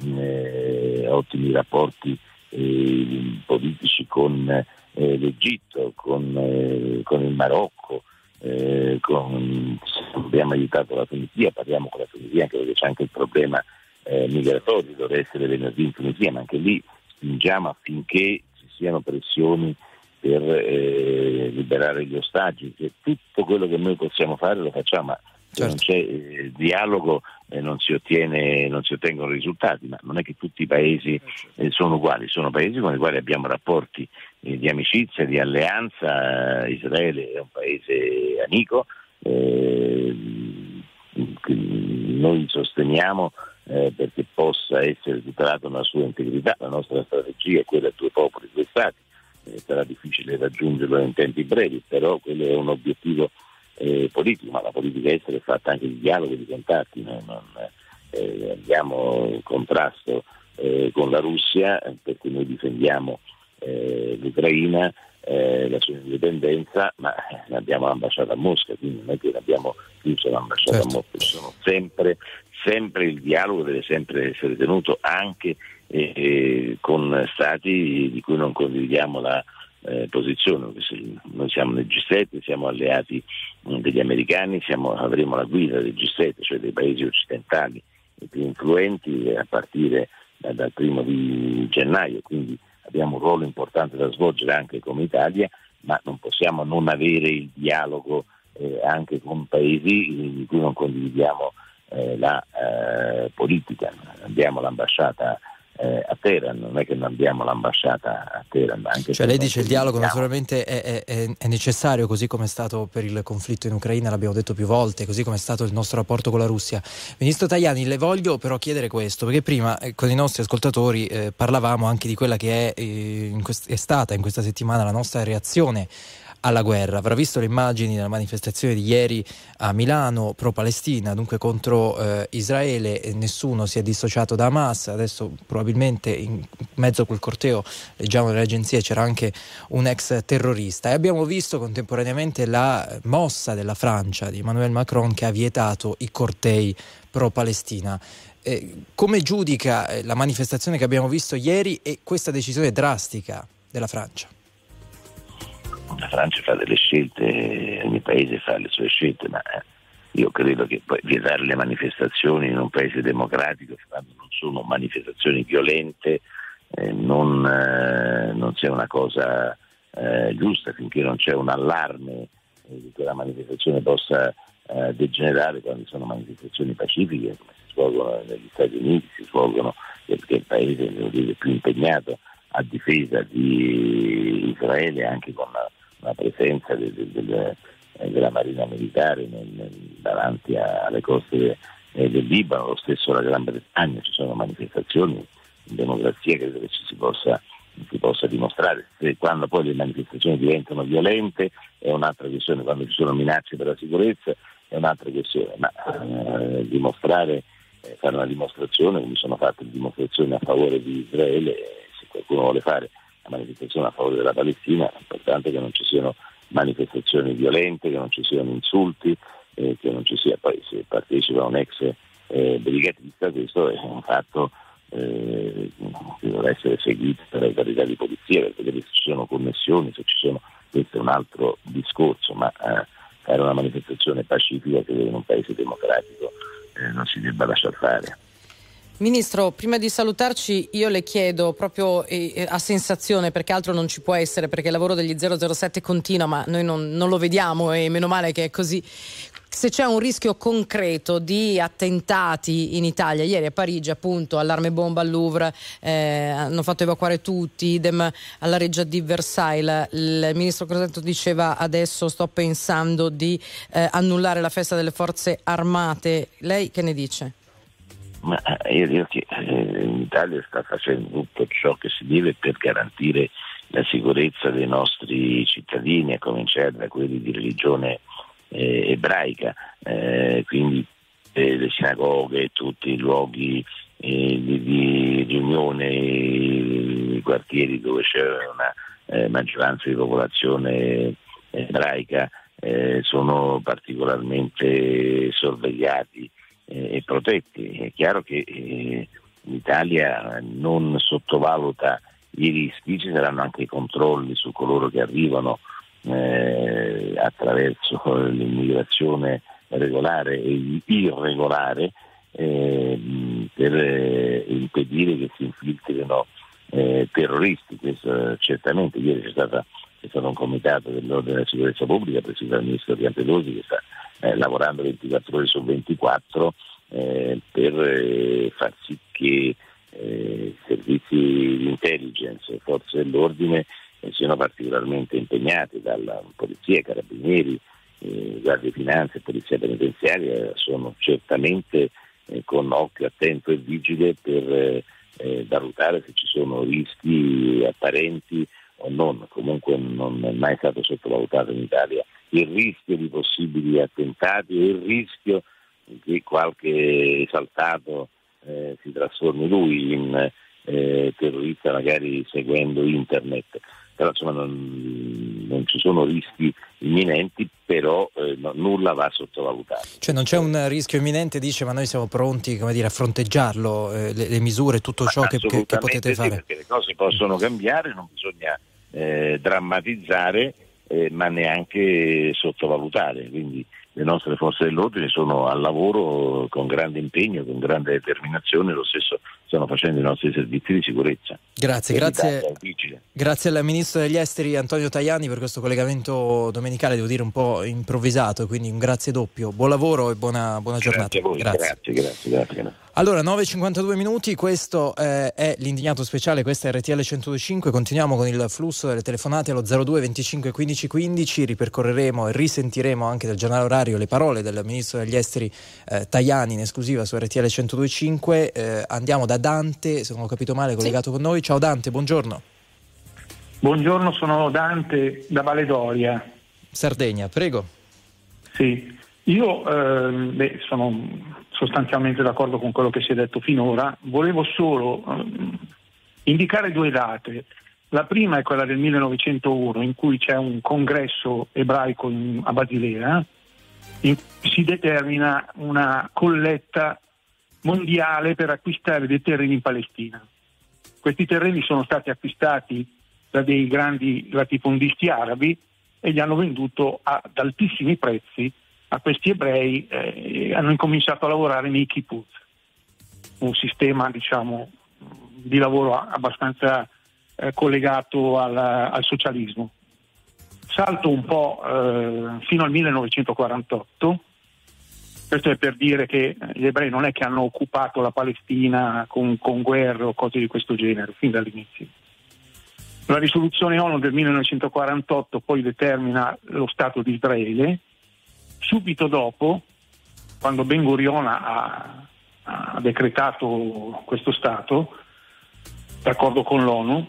eh, ottimi rapporti eh, politici con eh, l'Egitto, con, eh, con il Marocco, eh, con, abbiamo aiutato la Tunisia, parliamo con la Tunisia anche perché c'è anche il problema eh, migratorio, dovrebbe essere venerdì in Tunisia, ma anche lì spingiamo affinché ci siano pressioni per eh, liberare gli ostaggi, che tutto quello che noi possiamo fare lo facciamo, ma se certo. non c'è eh, dialogo eh, non si ottiene, non si ottengono risultati, ma non è che tutti i paesi eh, sono uguali, sono paesi con i quali abbiamo rapporti eh, di amicizia, di alleanza. Israele è un paese amico, eh, che noi sosteniamo eh, perché possa essere tutelata una sua integrità. La nostra strategia è quella due popoli, due stati, eh, sarà difficile raggiungerlo in tempi brevi, però quello è un obiettivo Eh, politico, ma la politica estera è fatta anche di dialogo, di contatti. Noi non eh, andiamo in contrasto eh, con la Russia eh, perché noi difendiamo eh, l'Ucraina, eh, la sua indipendenza, ma eh, abbiamo l'ambasciata a Mosca, quindi non è che abbiamo chiuso l'ambasciata certo. a Mosca. Sono sempre, sempre il dialogo deve sempre essere tenuto anche eh, con stati di cui non condividiamo la Eh, posizione. Noi siamo nel G sette, siamo alleati mh, degli americani, siamo, avremo la guida del G sette, cioè dei paesi occidentali i più influenti a partire eh, dal primo di gennaio, quindi abbiamo un ruolo importante da svolgere anche come Italia, ma non possiamo non avere il dialogo eh, anche con paesi di cui non condividiamo eh, la eh, politica. Abbiamo l'ambasciata Eh, a Teheran, non è che non abbiamo l'ambasciata a Teheran. Anche cioè lei dice il dialogo naturalmente è, è, è necessario, così come è stato per il conflitto in Ucraina, l'abbiamo detto più volte, così come è stato il nostro rapporto con la Russia. Ministro Tajani, le voglio però chiedere questo, perché prima eh, con i nostri ascoltatori eh, parlavamo anche di quella che è, eh, in quest- è stata in questa settimana la nostra reazione alla guerra. Avrà visto le immagini della manifestazione di ieri a Milano pro-Palestina, dunque contro eh, Israele, e nessuno si è dissociato da Hamas. Adesso probabilmente in mezzo a quel corteo, leggiamo nelle agenzie, c'era anche un ex terrorista, e abbiamo visto contemporaneamente la mossa della Francia di Emmanuel Macron, che ha vietato i cortei pro-Palestina. Eh, come giudica eh, la manifestazione che abbiamo visto ieri e questa decisione drastica della Francia? La Francia fa delle scelte, ogni paese fa le sue scelte, ma io credo che poi vietare le manifestazioni in un paese democratico, quando non sono manifestazioni violente, eh, non, eh, non sia una cosa eh, giusta, finché non c'è un allarme eh, di che la manifestazione possa eh, degenerare, quando sono manifestazioni pacifiche, come si svolgono negli Stati Uniti, si svolgono perché il paese è più impegnato a difesa di Israele, anche con la, la presenza del, del, del, della Marina militare nel, nel, davanti a, alle coste eh, del Libano, lo stesso la Gran Bretagna. Ci sono manifestazioni in democrazia, credo che ci si possa, si possa dimostrare. Se, quando poi le manifestazioni diventano violente è un'altra questione, quando ci sono minacce per la sicurezza è un'altra questione, ma eh, dimostrare, eh, fare una dimostrazione, come sono fatte dimostrazioni a favore di Israele, eh, se qualcuno vuole fare una manifestazione a favore della Palestina, è importante che non ci siano manifestazioni violente, che non ci siano insulti, eh, che non ci sia, poi se partecipa un ex eh, brigatista, questo è un fatto eh, che dovrà essere seguito dalle autorità di polizia per vedere se ci sono connessioni, se ci sono, questo è un altro discorso, ma eh, fare una manifestazione pacifica, che in un paese democratico eh, non si debba lasciar fare. Ministro, prima di salutarci io le chiedo proprio eh, a sensazione, perché altro non ci può essere, perché il lavoro degli zero zero sette continua, ma noi non, non lo vediamo e meno male che è così. Se c'è un rischio concreto di attentati in Italia, ieri a Parigi appunto allarme bomba al Louvre, eh, hanno fatto evacuare tutti, idem alla Reggia di Versailles, il ministro Crosetto diceva adesso sto pensando di eh, annullare la festa delle forze armate, lei che ne dice? Ma io dico che eh, l'Italia sta facendo tutto ciò che si deve per garantire la sicurezza dei nostri cittadini, a cominciare da quelli di religione eh, ebraica, eh, quindi eh, le sinagoghe, tutti i luoghi eh, di, di riunione, i quartieri dove c'è una eh, maggioranza di popolazione ebraica eh, sono particolarmente sorvegliati e protetti. È chiaro che eh, l'Italia non sottovaluta i rischi, ci saranno anche i controlli su coloro che arrivano eh, attraverso l'immigrazione regolare e irregolare eh, per eh, impedire che si infiltrino eh, terroristi. Questo certamente. Ieri c'è stata c'è stato un comitato dell'ordine della sicurezza pubblica presieduto dal ministro Piantedosi, che sta eh, lavorando ventiquattro ore su ventiquattro eh, per eh, far sì che eh, servizi di intelligence e forze dell'ordine eh, siano particolarmente impegnati, dalla polizia, carabinieri, eh, guardia di finanza e polizia penitenziaria, sono certamente eh, con occhio attento e vigile per eh, eh, valutare se ci sono rischi apparenti o non. Comunque non è mai stato sottovalutato in Italia il rischio di possibili attentati e il rischio che qualche esaltato eh, si trasformi lui in eh, terrorista, magari seguendo internet. Però insomma non, non ci sono rischi imminenti, però eh, no, nulla va sottovalutato. Cioè non c'è un rischio imminente, dice, ma noi siamo pronti, come dire, a fronteggiarlo, eh, le, le misure, tutto ciò che, che, che potete fare? Sì, perché le cose possono cambiare, non bisogna eh, drammatizzare, eh, ma neanche sottovalutare. Quindi le nostre forze dell'ordine sono al lavoro con grande impegno, con grande determinazione, lo stesso stanno facendo i nostri servizi di sicurezza. Grazie, grazie, grazie al Ministro degli Esteri Antonio Tajani per questo collegamento domenicale, devo dire un po' improvvisato, quindi un grazie doppio. Buon lavoro e buona, buona giornata. Grazie a voi, grazie, grazie, grazie. grazie. Allora, nove e cinquantadue minuti, questo eh, è l'Indignato Speciale, questa è R T L centodue e cinque, continuiamo con il flusso delle telefonate allo zero due venticinque quindici quindici, ripercorreremo e risentiremo anche dal giornale orario le parole del Ministro degli Esteri eh, Tajani in esclusiva su R T L centodue e cinque. Eh, andiamo da Dante, se non ho capito male, collegato sì. con noi. Ciao Dante, buongiorno. Buongiorno, sono Dante da Valle d'Oria. Sardegna, prego. Sì, io eh, beh, sono sostanzialmente d'accordo con quello che si è detto finora. Volevo solo eh, indicare due date. La prima è quella del millenovecentouno, in cui c'è un congresso ebraico in, a Basilea, in cui si determina una colletta mondiale per acquistare dei terreni in Palestina. Questi terreni sono stati acquistati da dei grandi latifondisti arabi e li hanno venduto ad altissimi prezzi a questi ebrei e eh, hanno incominciato a lavorare nei kibbutz, un sistema, diciamo, di lavoro abbastanza eh, collegato al, al socialismo. Salto un po' eh, fino al millenovecentoquarantotto. Questo è per dire che gli ebrei non è che hanno occupato la Palestina con, con guerre o cose di questo genere, fin dall'inizio. La risoluzione ONU del millenovecentoquarantotto poi determina lo Stato di Israele. Subito dopo, quando Ben Gurion ha, ha decretato questo Stato, d'accordo con l'ONU,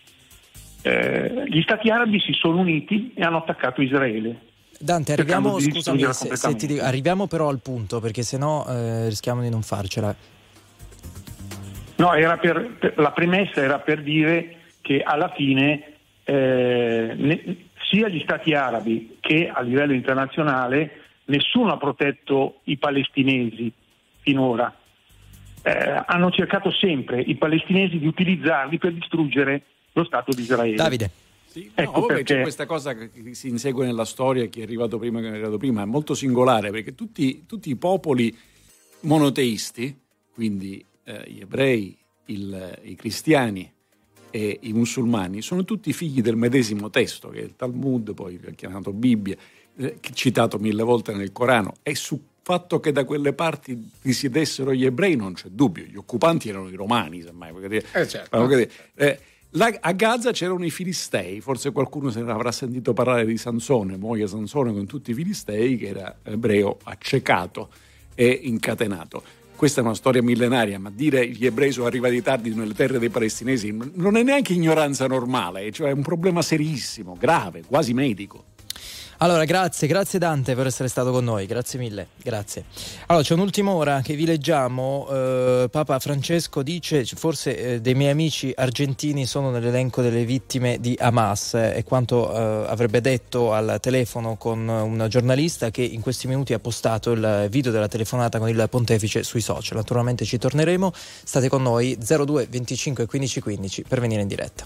eh, gli Stati arabi si sono uniti e hanno attaccato Israele. Dante, arriviamo, scusami, se, se ti dico, arriviamo però al punto, perché sennò eh, rischiamo di non farcela. No, era per, per, la premessa era per dire che alla fine eh, ne, sia gli Stati arabi che a livello internazionale nessuno ha protetto i palestinesi finora. Eh, hanno cercato sempre i palestinesi di utilizzarli per distruggere lo Stato di Israele. Davide. Sì, ecco no, perché c'è questa cosa che si insegue nella storia, chi è arrivato prima che non è arrivato prima, è molto singolare, perché tutti, tutti i popoli monoteisti, quindi eh, gli ebrei, il, i cristiani e i musulmani, sono tutti figli del medesimo testo, che è il Talmud, poi chiamato Bibbia, eh, citato mille volte nel Corano, e sul fatto che da quelle parti risiedessero gli ebrei non c'è dubbio, gli occupanti erano i romani, semmai, perché, eh, certo. perché, eh, La, a Gaza c'erano i Filistei, forse qualcuno se ne avrà sentito parlare di Sansone, moglie Sansone con tutti i Filistei, che era ebreo accecato e incatenato. Questa è una storia millenaria, ma dire gli ebrei sono arrivati tardi nelle terre dei palestinesi non è neanche ignoranza normale, cioè è un problema serissimo, grave, quasi medico. Allora, grazie, grazie Dante per essere stato con noi, grazie mille, grazie. Allora, c'è un'ultima ora che vi leggiamo, eh, Papa Francesco dice, forse eh, dei miei amici argentini sono nell'elenco delle vittime di Hamas, eh, è quanto eh, avrebbe detto al telefono con una giornalista che in questi minuti ha postato il video della telefonata con il pontefice sui social. Naturalmente ci torneremo, state con noi, zero due venticinque quindici quindici per venire in diretta.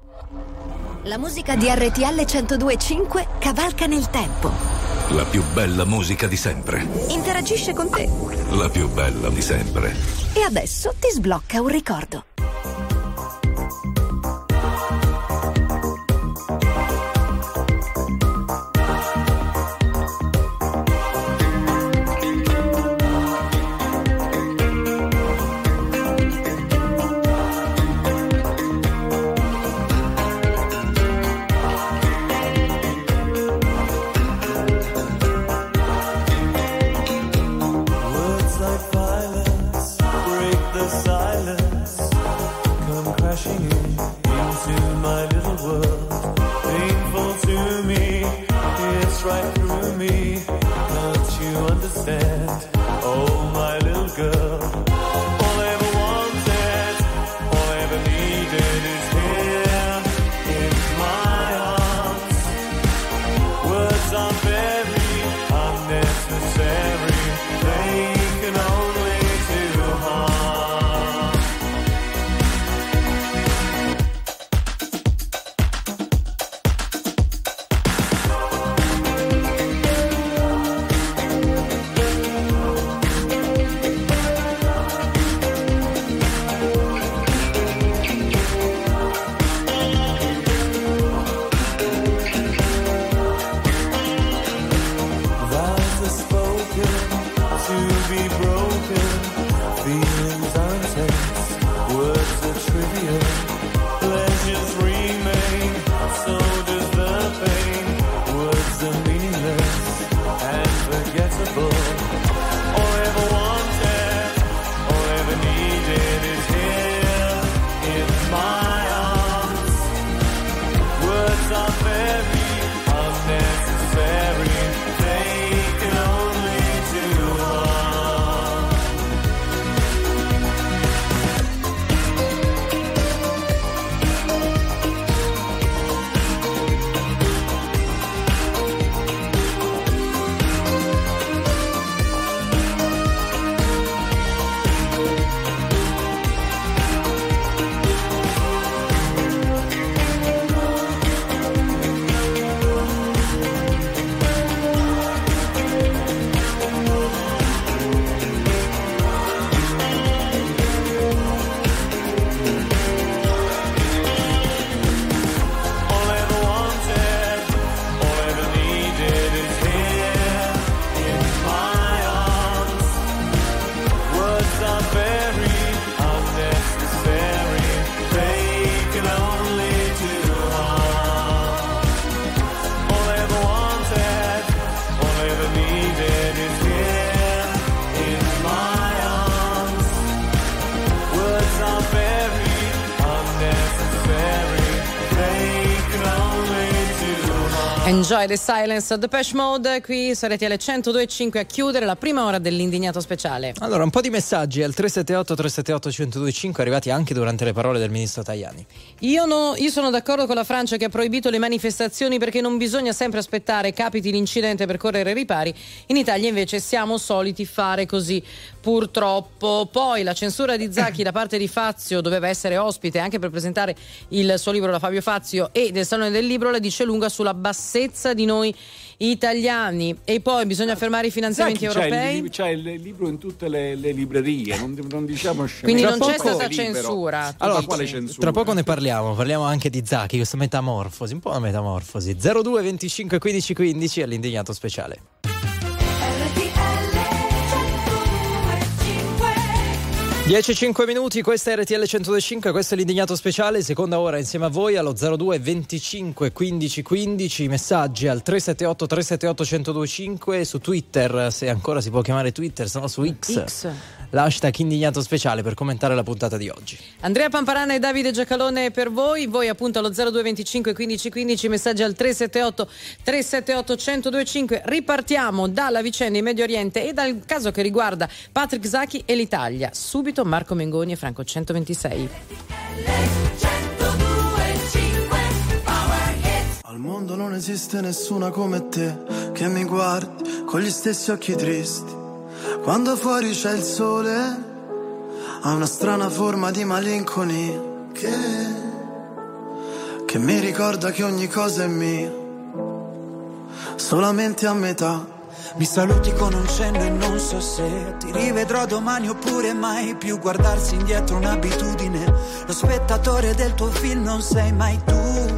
La musica di R T L centodue e cinque cavalca nel tempo. La più bella musica di sempre. Interagisce con te. La più bella di sempre. E adesso ti sblocca un ricordo. Words are very unnecessary. Enjoy the silence, Depeche Mode qui su R T L centodue e cinque a chiudere la prima ora dell'indignato speciale. Allora, un po' di messaggi al tre sette otto tre sette otto centodue e cinque arrivati anche durante le parole del ministro Tajani. Io, no, io sono d'accordo con la Francia che ha proibito le manifestazioni perché non bisogna sempre aspettare capiti l'incidente per correre ai ripari. In Italia invece siamo soliti fare così, purtroppo. Poi la censura di Zaki da parte di Fazio, doveva essere ospite anche per presentare il suo libro da Fabio Fazio, e del Salone del Libro, la dice lunga sulla bassezza di noi italiani. E poi bisogna fermare i finanziamenti Zaki europei. C'è il, c'è il libro in tutte le, le librerie, non, non diciamo scemenze. Quindi non c'è poco stata libero. censura. Allora, Dici. quale censura? Tra poco ne parliamo, parliamo anche di Zaki, questa metamorfosi, un po' una metamorfosi. zero due venticinque quindici quindici all'indignato speciale. dieci e cinque minuti, questa è R T L centodue e cinque, questo è l'indignato speciale, seconda ora insieme a voi allo zero due venticinque quindici quindici, messaggi al tre sette otto tre sette otto centodue e cinque, su Twitter, se ancora si può chiamare Twitter, se no su X, X. l'hashtag indignato speciale per commentare la puntata di oggi. Andrea Pamparana e Davide Giacalone per voi, voi appunto allo zero due venticinque quindici quindici, messaggi al tre sette otto tre sette otto centodue e cinque. Ripartiamo dalla vicenda in Medio Oriente e dal caso che riguarda Patrick Zaki e l'Italia. Subito Marco Mengoni e Franco centoventisei. Al mondo non esiste nessuna come te che mi guardi con gli stessi occhi tristi. Quando fuori c'è il sole ha una strana forma di malinconia che, che mi ricorda che ogni cosa è mia, solamente a metà. Mi saluti con un cenno e non so se ti rivedrò domani oppure mai più. Guardarsi indietro un'abitudine, lo spettatore del tuo film non sei mai tu.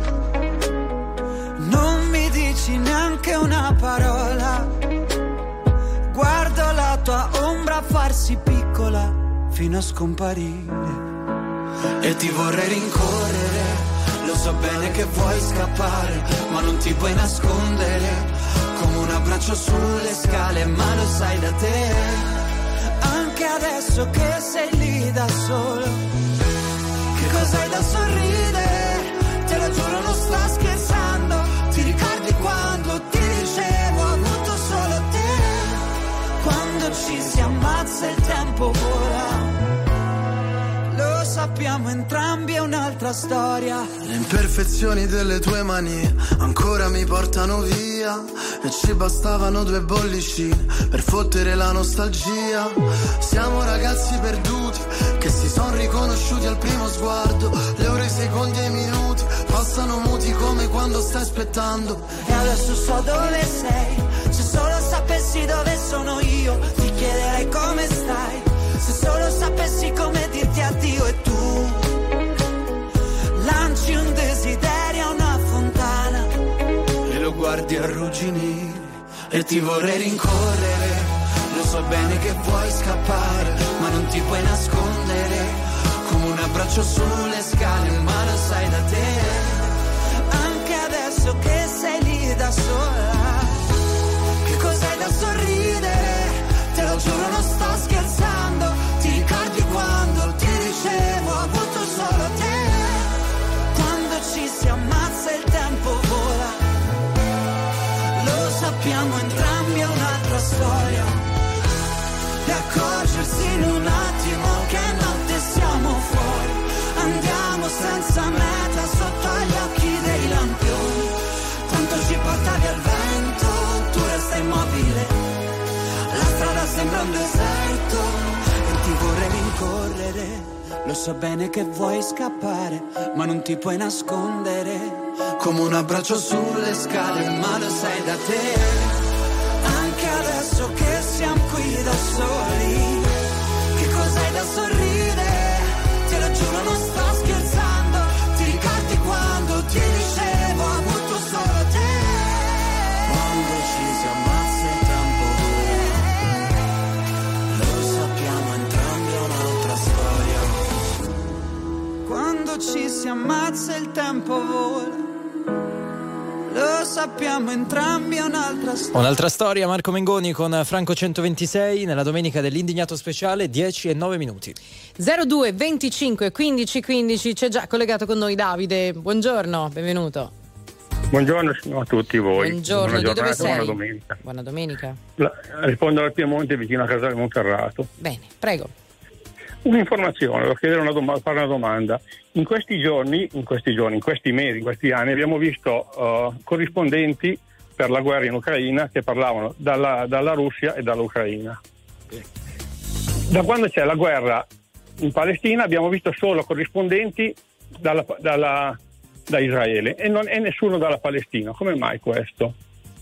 Non mi dici neanche una parola, guardo la tua ombra farsi piccola fino a scomparire. E ti vorrei rincorrere, lo so bene che vuoi scappare, ma non ti puoi nascondere. Come un abbraccio sulle scale, ma lo sai da te. Anche adesso che sei lì da solo, che cos'hai da sorridere? Te lo giuro non sto scherzando. Ti ricordi quando ti dicevo ho avuto solo te? quando ci si ammazza il tempo vola. Lo sappiamo entrambi, è un'altra storia. Le imperfezioni delle tue mani ancora mi portano via, e ci bastavano due bollicine per fottere la nostalgia. Siamo ragazzi perduti che si sono riconosciuti al primo sguardo. Le ore, i secondi e i minuti passano muti come quando stai aspettando. E adesso so dove sei, se solo sapessi dove sono io ti chiederei come stai. Se solo sapessi come dirti addio e tu lanci un desiderio a una fontana e lo guardi arrugginire e ti vorrei rincorrere. Lo so bene che vuoi scappare, ma non ti puoi nascondere. Come un abbraccio sulle scale, ma lo sai da te. Anche adesso che sei lì da sola, che cos'hai da sorridere? Te lo giuro non sto scherzando. Ti ricordi quando ti dicevo ho avuto solo te? Quando ci si ammazza il tempo vola. Lo sappiamo entrambi, è un'altra storia. E accorgersi in un attimo che notte siamo fuori. Andiamo senza meta sotto agli occhi dei lampioni. Tanto ci portavi al vento, tu resta immobile. La strada sembra un deserto e ti vorrei rincorrere. Lo so bene che vuoi scappare, ma non ti puoi nascondere. Come un abbraccio sulle scale, ma lo sai da te. Anche adesso che siamo qui da soli, che cos'hai da sorridere? Te lo giuro non sto scherzando. Ti ricordi quando ti dicevo ho avuto solo te? Quando ci si ammazza il tempo vola. Lo sappiamo entrambi, è un'altra storia. Quando ci si ammazza il tempo vola. Lo sappiamo entrambi, è un'altra storia. Un'altra storia, Marco Mengoni con Franco centoventisei nella domenica dell'indignato speciale, dieci e nove minuti. zero due venticinque quindici quindici, c'è già collegato con noi Davide. Buongiorno, benvenuto. Buongiorno a tutti voi. Buongiorno, buona di dove giornata, sei? buona domenica. Buona domenica. La, rispondo al Piemonte, vicino a Casale Monferrato. Bene, prego. Un'informazione, devo chiedere una dom- fare una domanda. In questi giorni, in questi giorni, in questi mesi, in questi anni abbiamo visto uh, corrispondenti per la guerra in Ucraina che parlavano dalla, dalla Russia e dall'Ucraina. Da quando c'è la guerra in Palestina abbiamo visto solo corrispondenti dalla, dalla, da Israele e, non, e nessuno dalla Palestina. Come mai questo?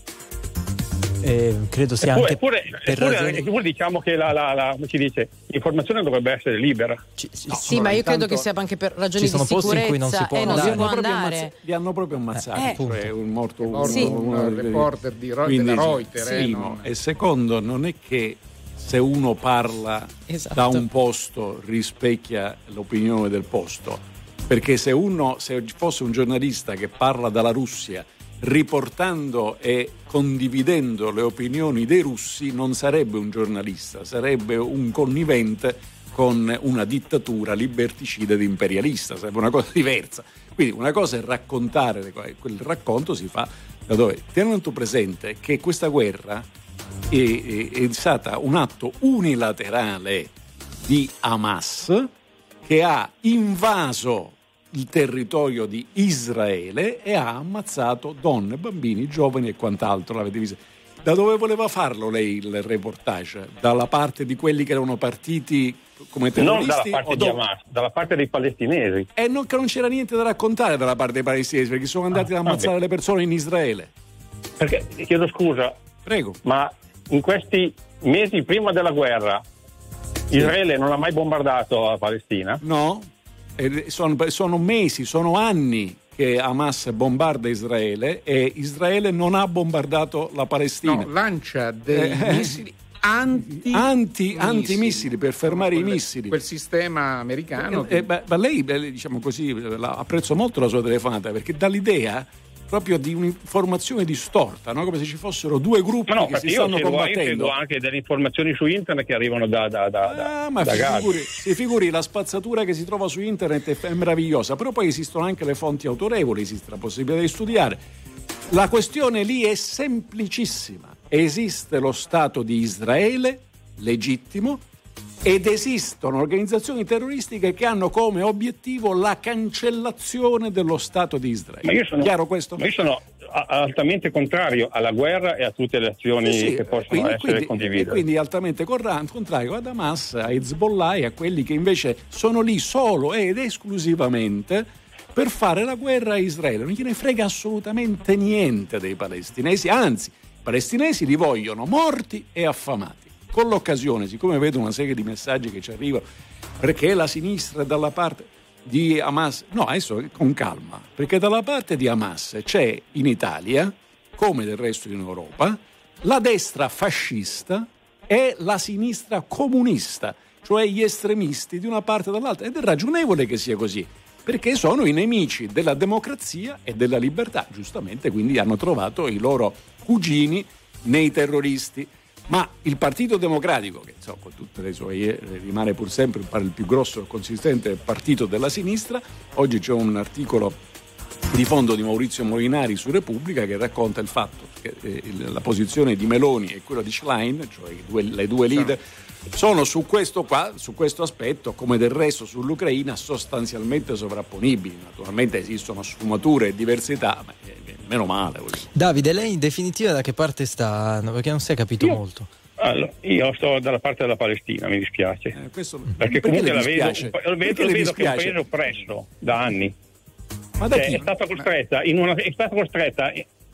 Eh, credo sia eppure, anche eppure, per eppure, ragioni... eppure diciamo che la, la, la, come si dice, l'informazione dovrebbe essere libera. Ci, no, sì, ma io credo che sia anche per ragioni ci sono di sicurezza posti in cui non si può e non andare. si può andare. Ammazza- li hanno proprio ammazzati, Eh, cioè un morto, un, morto sì. un, un reporter di Ro- Quindi, della Reuters. eh, primo, non- e secondo, non è che se uno parla Esatto. da un posto rispecchia l'opinione del posto, perché se uno se fosse un giornalista che parla dalla Russia riportando e condividendo le opinioni dei russi non sarebbe un giornalista, sarebbe un connivente con una dittatura liberticida ed imperialista, sarebbe una cosa diversa. Quindi una cosa è raccontare, quel racconto si fa da dove? Tenendo presente che questa guerra è, è, è stata un atto unilaterale di Hamas che ha invaso il territorio di Israele e ha ammazzato donne, bambini, giovani e quant'altro. L'avete visto? Da dove voleva farlo lei il reportage? Dalla parte di quelli che erano partiti come terroristi? Non dalla parte o di do- Hamas, dalla parte dei palestinesi. E non, che non c'era niente da raccontare dalla parte dei palestinesi, perché sono andati Ah, ad ammazzare vabbè. le persone in Israele. Perché, chiedo scusa, Prego. ma in questi mesi prima della guerra Israele non ha mai bombardato la Palestina? No, e sono, sono mesi, sono anni che Hamas bombarda Israele e Israele non ha bombardato la Palestina. No, lancia dei Eh, missili anti anti antimissili per fermare quel, i missili. Quel sistema americano. Eh, eh, beh, ma lei, eh, diciamo così, la, apprezzo molto la sua telefonata perché dà l'idea proprio di un'informazione distorta, no? Come se ci fossero due gruppi Ma no, che perché si io stanno seguo, io combattendo. seguo anche delle informazioni su internet che arrivano da, da, da, da, Ah, ma da si Gaza. figuri, si figuri, la spazzatura che si trova su internet è, è meravigliosa, però poi esistono anche le fonti autorevoli, esiste la possibilità di studiare. La questione lì è semplicissima. Esiste lo Stato di Israele, legittimo, ed esistono organizzazioni terroristiche che hanno come obiettivo la cancellazione dello Stato di Israele. Ma io sono, Chiaro questo? ma io sono a- altamente contrario alla guerra e a tutte le azioni Sì, sì, che possono quindi, essere quindi, condivise. quindi altamente corra- contrario ad Hamas, a Hezbollah e a quelli che invece sono lì solo ed esclusivamente per fare la guerra a Israele. Non gliene frega assolutamente niente dei palestinesi, anzi, i palestinesi li vogliono morti e affamati. Con l'occasione, siccome vedo una serie di messaggi che ci arrivano, perché la sinistra è dalla parte di Hamas, no, adesso con calma, perché dalla parte di Hamas c'è in Italia, come del resto in Europa, la destra fascista e la sinistra comunista, cioè gli estremisti di una parte e dall'altra, ed è ragionevole che sia così, perché sono i nemici della democrazia e della libertà, giustamente, quindi hanno trovato i loro cugini nei terroristi. Ma il Partito Democratico, che insomma, con tutte le sue rimane pur sempre il più grosso e consistente partito della sinistra, oggi c'è un articolo di fondo di Maurizio Molinari su Repubblica che racconta il fatto che eh, la posizione di Meloni e quella di Schlein, cioè i due, le due leader, sono su questo qua, su questo aspetto, come del resto sull'Ucraina, sostanzialmente sovrapponibili. Naturalmente esistono sfumature e diversità, ma eh, meno male. Davide, lei in definitiva da che parte sta? No, perché non si è capito Io- molto. Allora, io sto dalla parte della Palestina, mi dispiace. Eh, questo, perché, perché comunque le la vedo, dispiace? lo vedo, Perché lo le vedo che è un dispiace? paese oppresso da anni. Ma da Cioè, chi? è stata costretta in una, è stata costretta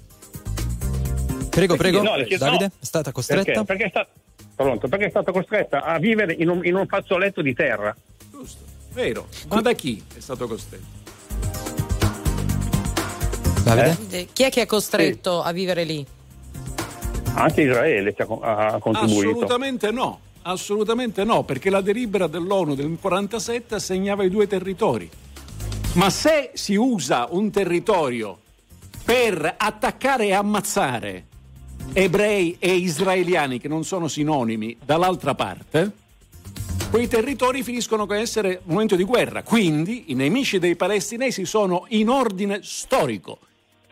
Prego, prego, no, le chiedo- Davide, no. è stata costretta? Perché, perché è stata pronto, perché è stata costretta a vivere in un, in un fazzoletto di terra. Giusto, vero. Ma da chi è stato costretto? Davide? Chi è che è costretto a vivere lì? Anche Israele ci ha, ha contribuito. Assolutamente no, assolutamente no, perché la delibera dell'ONU del quarantasette assegnava i due territori. Ma se si usa un territorio per attaccare e ammazzare ebrei e israeliani che non sono sinonimi dall'altra parte, quei territori finiscono con essere un momento di guerra. Quindi i nemici dei palestinesi sono in ordine storico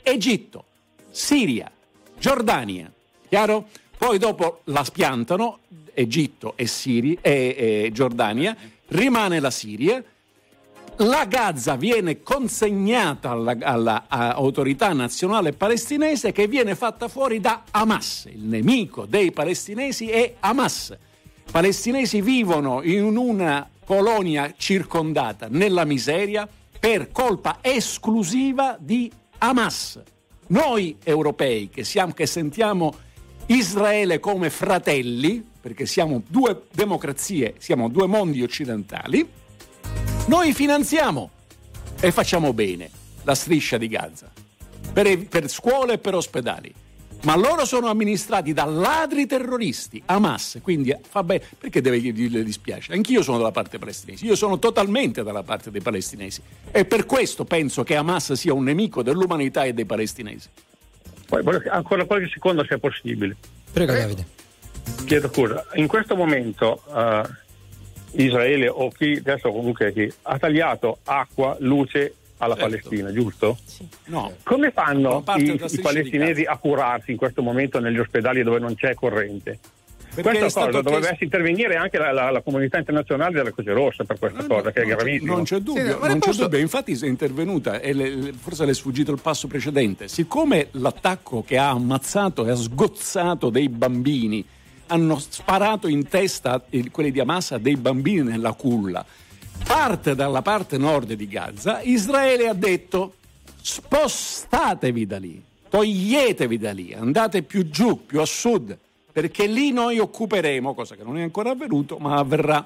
Egitto, Siria, Giordania, chiaro? Poi dopo la spiantano, Egitto e, Siria, e, e Giordania, rimane la Siria, la Gaza viene consegnata alla, alla autorità nazionale palestinese, che viene fatta fuori da Hamas. Il nemico dei palestinesi è Hamas. I palestinesi vivono in una colonia circondata nella miseria per colpa esclusiva di Hamas. Noi europei che, siamo, che sentiamo Israele come fratelli, perché siamo due democrazie, siamo due mondi occidentali, noi finanziamo e facciamo bene la striscia di Gaza per, per scuole e per ospedali, ma loro sono amministrati da ladri terroristi, Hamas, quindi fa bene. Perché deve le dispiace? Anch'io sono dalla parte palestinese, io sono totalmente dalla parte dei palestinesi e per questo penso che Hamas sia un nemico dell'umanità e dei palestinesi. Poi ancora qualche secondo, se è possibile. Prego, Davide. Chiedo scusa, in questo momento uh, Israele o chi adesso comunque chi ha tagliato acqua, luce alla certo. Palestina, giusto? Sì. No. Come fanno i, i palestinesi a curarsi in questo momento negli ospedali dove non c'è corrente? Perché questa cosa chiesto... dovrebbe intervenire anche la, la, la comunità internazionale della Croce Rossa per questa no, cosa, no, che è gravissima. Non c'è dubbio, sì, non c'è posso... dubbio. Infatti è intervenuta e le, forse le è sfuggito il passo precedente. Siccome l'attacco che ha ammazzato e ha sgozzato dei bambini, hanno sparato in testa eh, quelli di Hamas a dei bambini nella culla, parte dalla parte nord di Gaza, Israele ha detto: spostatevi da lì, toglietevi da lì, andate più giù, più a sud, perché lì noi occuperemo, cosa che non è ancora avvenuto, ma avverrà.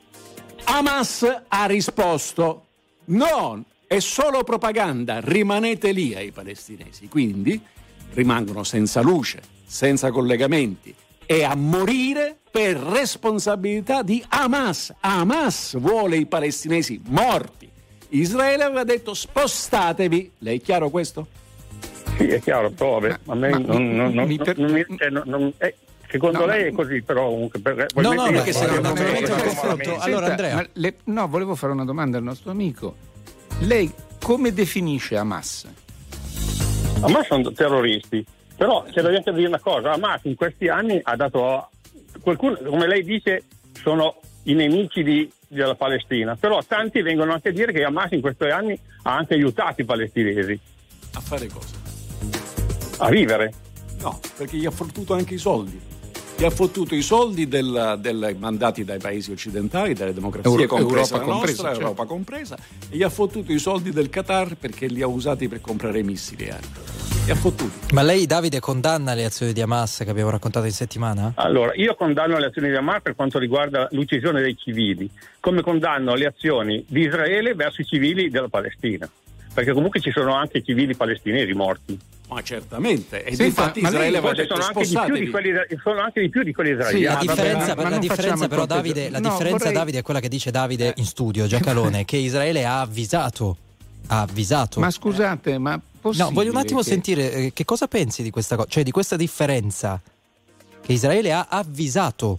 Hamas ha risposto: no, è solo propaganda, rimanete lì ai palestinesi. Quindi rimangono senza luce, senza collegamenti e a morire per responsabilità di Hamas. Hamas vuole i palestinesi morti. Israele aveva detto: spostatevi. Lei è chiaro questo? Sì, è chiaro, però vabbè, a me ma non, mi, non, non, mi per... non, non, non, non eh, secondo no, lei ma... è così, però comunque per, no no perché se non naturalmente un confronto. Allora Andrea, ma le, no, volevo fare una domanda al nostro amico. Lei come definisce Hamas? Hamas sono terroristi, però c'è da anche dire una cosa: Hamas in questi anni ha dato qualcuno, come lei dice, sono i nemici di, della Palestina, però tanti vengono anche a dire che Hamas in questi anni ha anche aiutato i palestinesi a fare cosa? A vivere. No, perché gli ha fottuto anche i soldi. Gli ha fottuto i soldi del, del mandati dai paesi occidentali, dalle democrazie, Euro, compresa Europa la nostra, compresa, certo. Europa compresa, e gli ha fottuto i soldi del Qatar perché li ha usati per comprare i missili aerei. Li ha fottuti. Ma lei, Davide, condanna le azioni di Hamas che abbiamo raccontato in settimana? Allora, io condanno le azioni di Hamas per quanto riguarda l'uccisione dei civili, come condanno le azioni di Israele verso i civili della Palestina, perché comunque ci sono anche civili palestinesi morti. Ma certamente, e sì, infatti ma Israele aveva detto sono anche, di più di quelli, sono anche di più di quelli israeliani. Sì, la ah, differenza, vabbè, la differenza però Davide, la no, differenza vorrei... Davide è quella che dice Davide in studio, Giacalone, che Israele ha avvisato, ha avvisato. Ma scusate, ma possibile no, voglio un attimo che... sentire eh, che cosa pensi di questa cosa, cioè di questa differenza che Israele ha avvisato,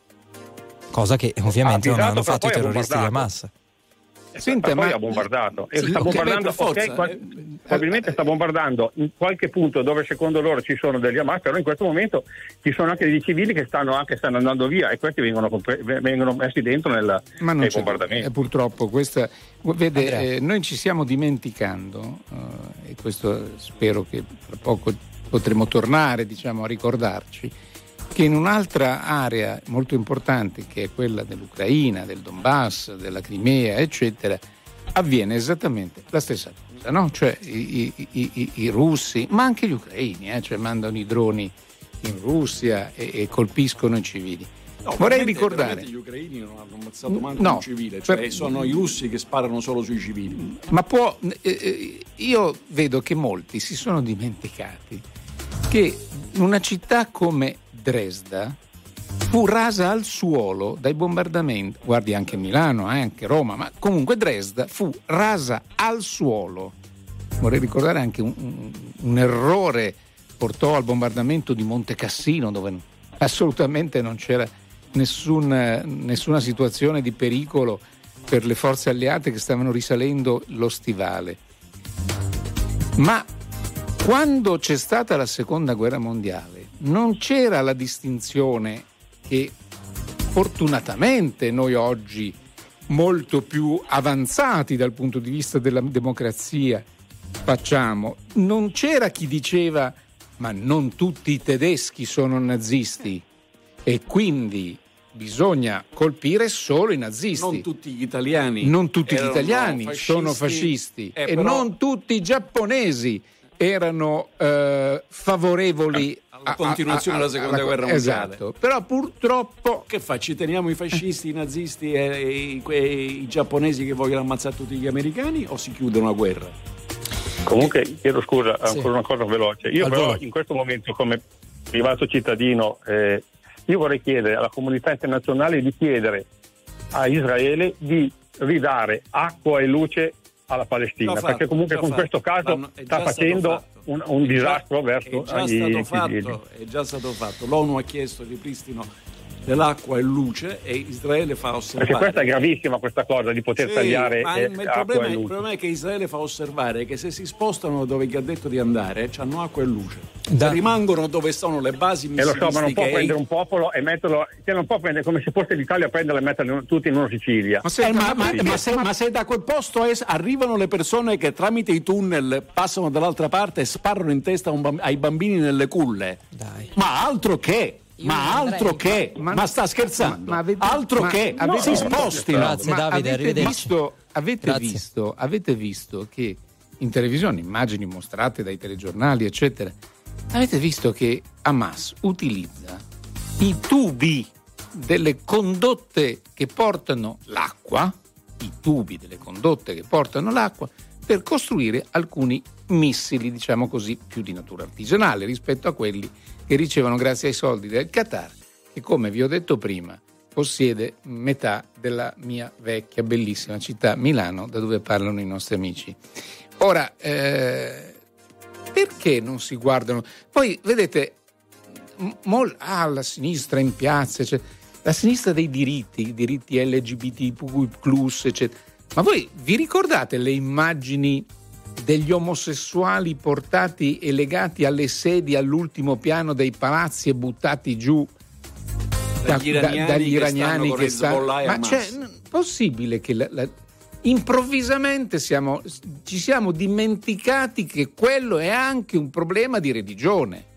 cosa che ovviamente non hanno fatto i terroristi di Hamas. Senta, ma ha bombardato e sì, sta okay, bombardando okay, qua, eh, probabilmente sta bombardando in qualche punto dove secondo loro ci sono degli Hamas, però in questo momento ci sono anche dei civili che stanno anche stanno andando via e questi vengono, vengono messi dentro nella, ma non nei c'è, bombardamenti. Eh, purtroppo questa vede eh, noi ci stiamo dimenticando eh, e questo spero che tra poco potremo tornare, diciamo, a ricordarci che in un'altra area molto importante, che è quella dell'Ucraina, del Donbass, della Crimea, eccetera, avviene esattamente la stessa cosa, no? Cioè i, i, i, i russi, ma anche gli ucraini, eh, cioè mandano i droni in Russia e, e colpiscono i civili. No, vorrei ricordare gli ucraini non hanno ammazzato manco no, un civile, cioè per... sono i russi che sparano solo sui civili. Ma può eh, io vedo che molti si sono dimenticati che una città come Dresda fu rasa al suolo dai bombardamenti, guardi anche Milano, eh, anche Roma, ma comunque Dresda fu rasa al suolo. Vorrei ricordare anche un, un, un errore portò al bombardamento di Monte Cassino, dove assolutamente non c'era nessun, nessuna situazione di pericolo per le forze alleate che stavano risalendo lo stivale. Ma Quando c'è stata la seconda guerra mondiale non c'era la distinzione che fortunatamente noi oggi, molto più avanzati dal punto di vista della democrazia, facciamo. Non c'era chi diceva ma non tutti i tedeschi sono nazisti e quindi bisogna colpire solo i nazisti. Non tutti gli italiani. Non tutti gli erano italiani fascisti, sono fascisti eh, e però... non tutti i giapponesi erano eh, favorevoli alla continuazione a, a, a, della seconda alla, guerra mondiale. Esatto, però purtroppo che fa? Ci teniamo i fascisti, i nazisti e, e, i, e i giapponesi che vogliono ammazzare tutti gli americani o si chiudono la guerra? Comunque chiedo scusa, sì. ancora una cosa veloce. Io allora. però in questo momento come privato cittadino eh, io vorrei chiedere alla comunità internazionale di chiedere a Israele di ridare acqua e luce alla Palestina, fatto, perché comunque con fatto. questo caso sta facendo un, un disastro verso è già gli stato civili. fatto, è già stato fatto. L'ONU ha chiesto il ripristino dell'acqua e luce e Israele fa osservare. Perché questa è gravissima questa cosa di poter sì, tagliare ma eh, il, acqua problema, e luce. Il problema è che Israele fa osservare che se si spostano dove gli ha detto di andare hanno acqua e luce. Da. Se rimangono dove sono le basi E lo so, ma non può missilistiche prendere un popolo e metterlo, cioè non può prendere come se fosse l'Italia, prenderlo e metterli tutti in una Sicilia. Ma se, eh, ma, ma, ma, se, ma se da quel posto es- arrivano le persone che tramite i tunnel passano dall'altra parte e sparano in testa un bamb- ai bambini nelle culle, Dai. ma altro che Io ma altro andrei. che ma, ma sta scherzando ma avete, altro ma che avete, si spostino. Grazie ma Davide, avete arrivederci. visto, avete Grazie. visto avete visto che in televisione, immagini mostrate dai telegiornali eccetera, avete visto che Hamas utilizza i tubi delle condotte che portano l'acqua, i tubi delle condotte che portano l'acqua per costruire alcuni missili, diciamo così, più di natura artigianale rispetto a quelli che ricevono grazie ai soldi del Qatar, che come vi ho detto prima possiede metà della mia vecchia bellissima città Milano, da dove parlano i nostri amici. Ora, eh, perché non si guardano? Poi vedete, mol, ah, la sinistra in piazza, cioè, la sinistra dei diritti, i diritti L G B T Q plus, eccetera. Ma voi vi ricordate le immagini degli omosessuali portati e legati alle sedie all'ultimo piano dei palazzi e buttati giù dagli da, iraniani, da, dagli che iraniani stanno che stanno? Ma c'è possibile che la, la, improvvisamente siamo, ci siamo dimenticati che quello è anche un problema di religione?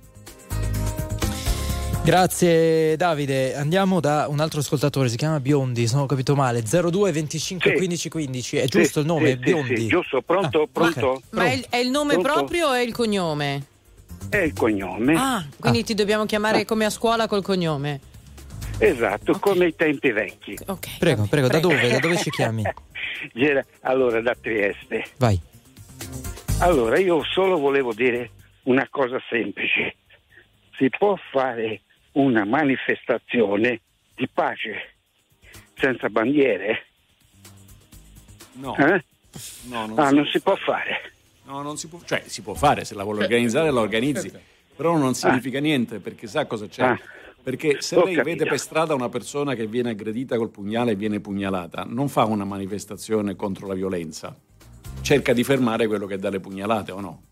Grazie Davide, andiamo da un altro ascoltatore, si chiama Biondi, se non ho capito male, zero due venticinque sì. quindici quindici, è giusto sì, il nome? Sì, Biondi? sì, sì, giusto, pronto, ah, pronto? Okay. Ma è il, è il nome pronto? proprio o è il cognome? È il cognome. Ah, quindi ah. ti dobbiamo chiamare ah. come a scuola col cognome? Esatto, okay. come i tempi vecchi. Okay, prego, vabbè, prego, prego, da dove? Da dove ci chiami? Allora, da Trieste. Vai. Allora, io solo volevo dire una cosa semplice. Si può fare una manifestazione di pace senza bandiere? No. Eh? No, non ah, si non può si può fare. No, non si può, cioè si può fare, se la vuole organizzare la organizzi, però non significa ah. niente, perché sa cosa c'è? Ah. Perché se Ho lei capito. vede per strada una persona che viene aggredita col pugnale e viene pugnalata, non fa una manifestazione contro la violenza, cerca di fermare quello che dà le pugnalate, o no?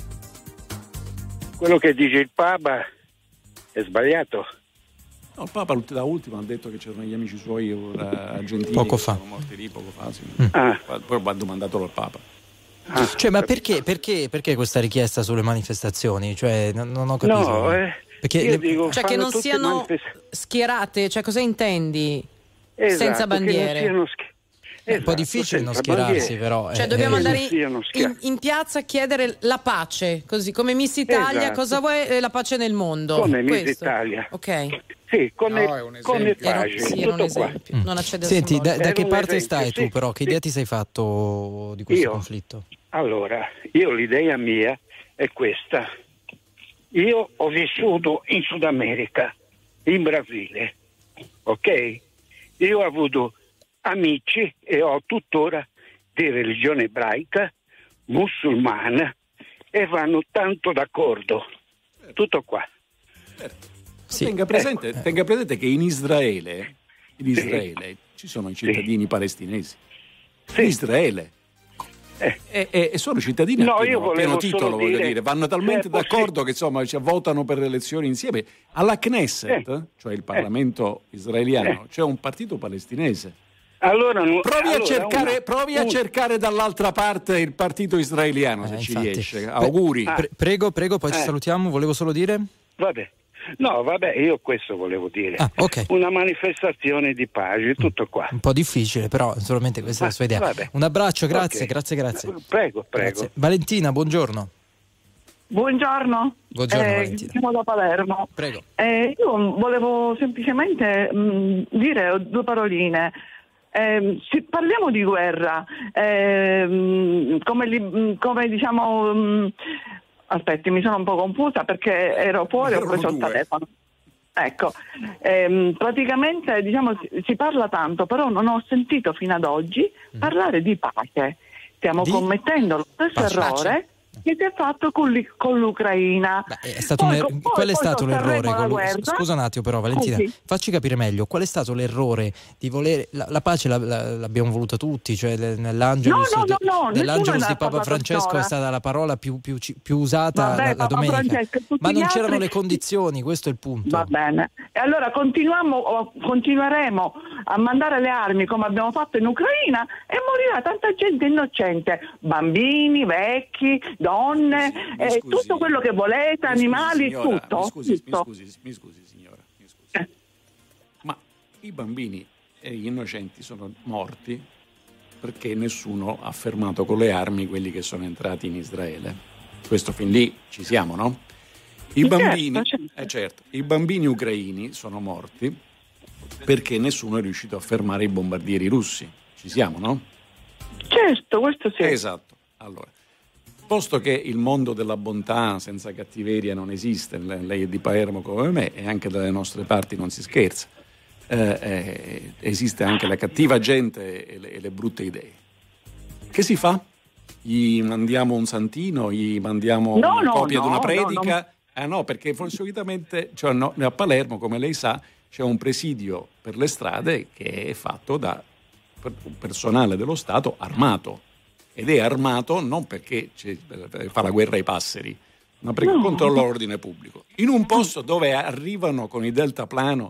Quello che dice il Papa è sbagliato. No, il Papa da ultimo ha detto che c'erano gli amici suoi argentini poco che fa. sono morti lì poco fa, sì. Mm. Ah. Poi va domandatelo al Papa. Ah. Cioè, ma perché, perché, perché questa richiesta sulle manifestazioni? Cioè, non, non ho capito. No, eh, perché io le... dico, cioè che non siano manifest... schierate, cioè cosa intendi? Esatto, senza bandiere? Che non siano schi... È un po' difficile non senza schierarsi, bandiere. però. Cioè eh, dobbiamo eh, andare siano in, schier- in piazza a chiedere la pace, così come Miss Italia, Esatto. cosa vuoi? Eh, La pace nel mondo. Come Miss Questo. Italia. Ok. Sì, come, No, è un come esempio. pace. Era, sì, era un tutto qua. esempio. Non accede al Senti, da, simbolo. da Era che un parte esempio, stai sì, tu, però? Che sì. idea ti sei fatto di questo Io? conflitto? Allora, io l'idea mia è questa. Io ho vissuto in Sud America, in Brasile, ok? Io ho avuto amici e ho tuttora di religione ebraica, musulmana, e vanno tanto d'accordo. Tutto qua. Sì. Tenga presente, tenga presente che in Israele, in Israele ci sono i cittadini Sì. palestinesi. Sì. In Israele. Eh. E, e, e sono cittadini no, a pieno, io volevo pieno titolo, solo voglio dire, dire, vanno talmente d'accordo che insomma cioè, votano per le elezioni insieme. Alla Knesset, eh. cioè il Parlamento eh. israeliano, eh. c'è un partito palestinese. Allora, no, provi, allora, a, cercare, una, provi un... a cercare dall'altra parte il partito israeliano, eh, se infatti. ci riesce. Auguri. Pre- prego, prego, poi eh. ci salutiamo. Volevo solo dire. Vabbè. No, vabbè, io questo volevo dire. Ah, okay. Una manifestazione di pace, tutto qua. Un po' difficile, però solamente questa è la sua idea. Vabbè. Un abbraccio, grazie, okay. grazie, grazie. Prego, prego. Grazie. Valentina, buongiorno. Buongiorno. Buongiorno, eh, Valentina. Siamo da Palermo. Prego. Eh, io volevo semplicemente mh, dire due paroline. Eh, se parliamo di guerra, eh, come, li, come diciamo... Mh, aspetti, mi sono un po' confusa perché ero fuori e ho preso il telefono. Ecco, ehm, praticamente diciamo si, si parla tanto, però non ho sentito fino ad oggi parlare di pace. Stiamo di... commettendo lo stesso pace. errore che si è fatto con, li, con l'Ucraina. Beh, è stato poi, un er... Qual è stato l'errore? Con Lu... Scusa un attimo però Valentina, Scusi. facci capire meglio, qual è stato l'errore di volere, la, la pace la, la, l'abbiamo voluta tutti, cioè nell'Angelus, no, no, no, no, nell'Angelus di Papa Francesco finora. è stata la parola più, più, più usata Vabbè, la, la domenica, ma non c'erano altri... le condizioni, questo è il punto. Va bene, e allora continuiamo, continueremo a mandare le armi come abbiamo fatto in Ucraina e morirà tanta gente innocente, bambini, vecchi, donne, eh, tutto quello che volete, animali, signora, tutto. Mi scusi, tutto. Mi, scusi, mi scusi signora, mi scusi. Eh. Ma i bambini e gli innocenti sono morti perché nessuno ha fermato con le armi quelli che sono entrati in Israele. Questo fin lì ci siamo, no? I certo, bambini, certo. Eh certo, i bambini ucraini sono morti perché nessuno è riuscito a fermare i bombardieri russi. Ci siamo, no? Certo, questo sì. Esatto. Allora, posto che il mondo della bontà senza cattiveria non esiste, lei è di Palermo come me e anche dalle nostre parti non si scherza, eh, eh, esiste anche la cattiva gente e le, e le brutte idee. Che si fa? Gli mandiamo un santino, gli mandiamo no, una no, copia no, di una predica? No, no. Ah no, perché solitamente cioè, no, a Palermo, come lei sa, c'è un presidio per le strade che è fatto da personale dello Stato armato. Ed è armato non perché fa la guerra ai passeri, ma perché no. controlla l'ordine pubblico. In un posto dove arrivano con i deltaplano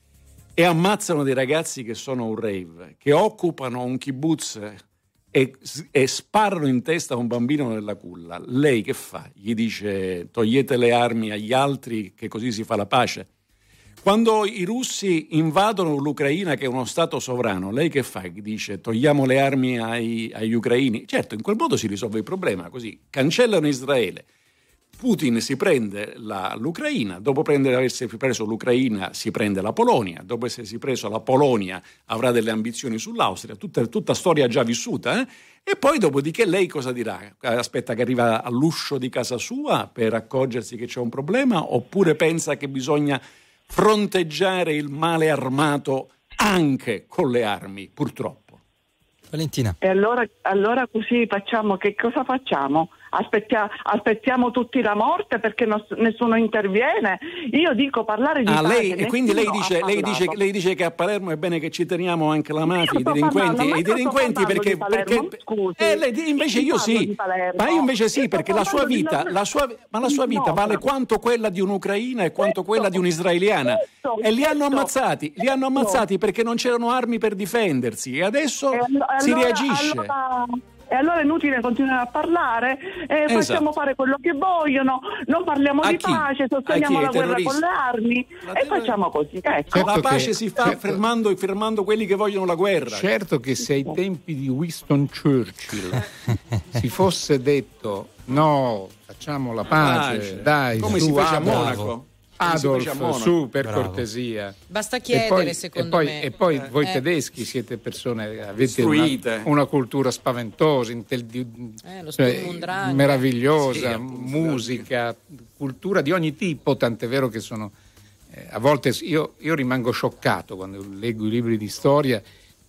e ammazzano dei ragazzi che sono un rave, che occupano un kibbutz e, e sparano in testa a un bambino nella culla, lei che fa? Gli dice togliete le armi agli altri che così si fa la pace? Quando i russi invadono l'Ucraina, che è uno stato sovrano, lei che fa? Dice togliamo le armi ai, agli ucraini? Certo, in quel modo si risolve il problema, così cancellano Israele. Putin si prende la, l'Ucraina, dopo prendere, aversi preso l'Ucraina si prende la Polonia, dopo essersi preso la Polonia avrà delle ambizioni sull'Austria, tutta, tutta storia già vissuta, eh? E poi dopodiché lei cosa dirà? Aspetta che arriva all'uscio di casa sua per accorgersi che c'è un problema oppure pensa che bisogna fronteggiare il male armato anche con le armi, purtroppo. Valentina. E allora, allora così facciamo, che cosa facciamo? Aspettia, aspettiamo tutti la morte perché non, nessuno interviene? Io dico parlare di ah, pace, lei, e quindi lei dice, lei, dice, lei dice che a Palermo è bene che ci teniamo anche la mafia, i delinquenti, parlando, i delinquenti perché, Palermo, perché scusi, eh, lei, invece io sì, ma io invece sì perché la sua vita, la sua, ma la sua vita vale quanto quella di un'ucraina e quanto quella di un'israeliana e li hanno ammazzati, li hanno ammazzati perché non c'erano armi per difendersi e adesso e allora, si reagisce. Allora... E allora è inutile continuare a parlare, eh, esatto. facciamo fare quello che vogliono, non parliamo a di chi? pace, sosteniamo la guerra con le armi la e terror... facciamo così. Ecco. Certo la pace che, si fa certo, fermando, fermando quelli che vogliono la guerra. Certo che se ai tempi di Winston Churchill si fosse detto no, facciamo la pace, pace. dai, come su, si fece a Adolf, Monaco. Adolf, su per Bravo. cortesia. Basta chiedere, e poi, secondo e poi, me. E poi eh. voi eh. tedeschi siete persone, avete una, una cultura spaventosa, intel- eh, lo cioè, meravigliosa, sì, musica, cultura di ogni tipo, tant'è vero che sono eh, a volte io, io rimango scioccato quando leggo i libri di storia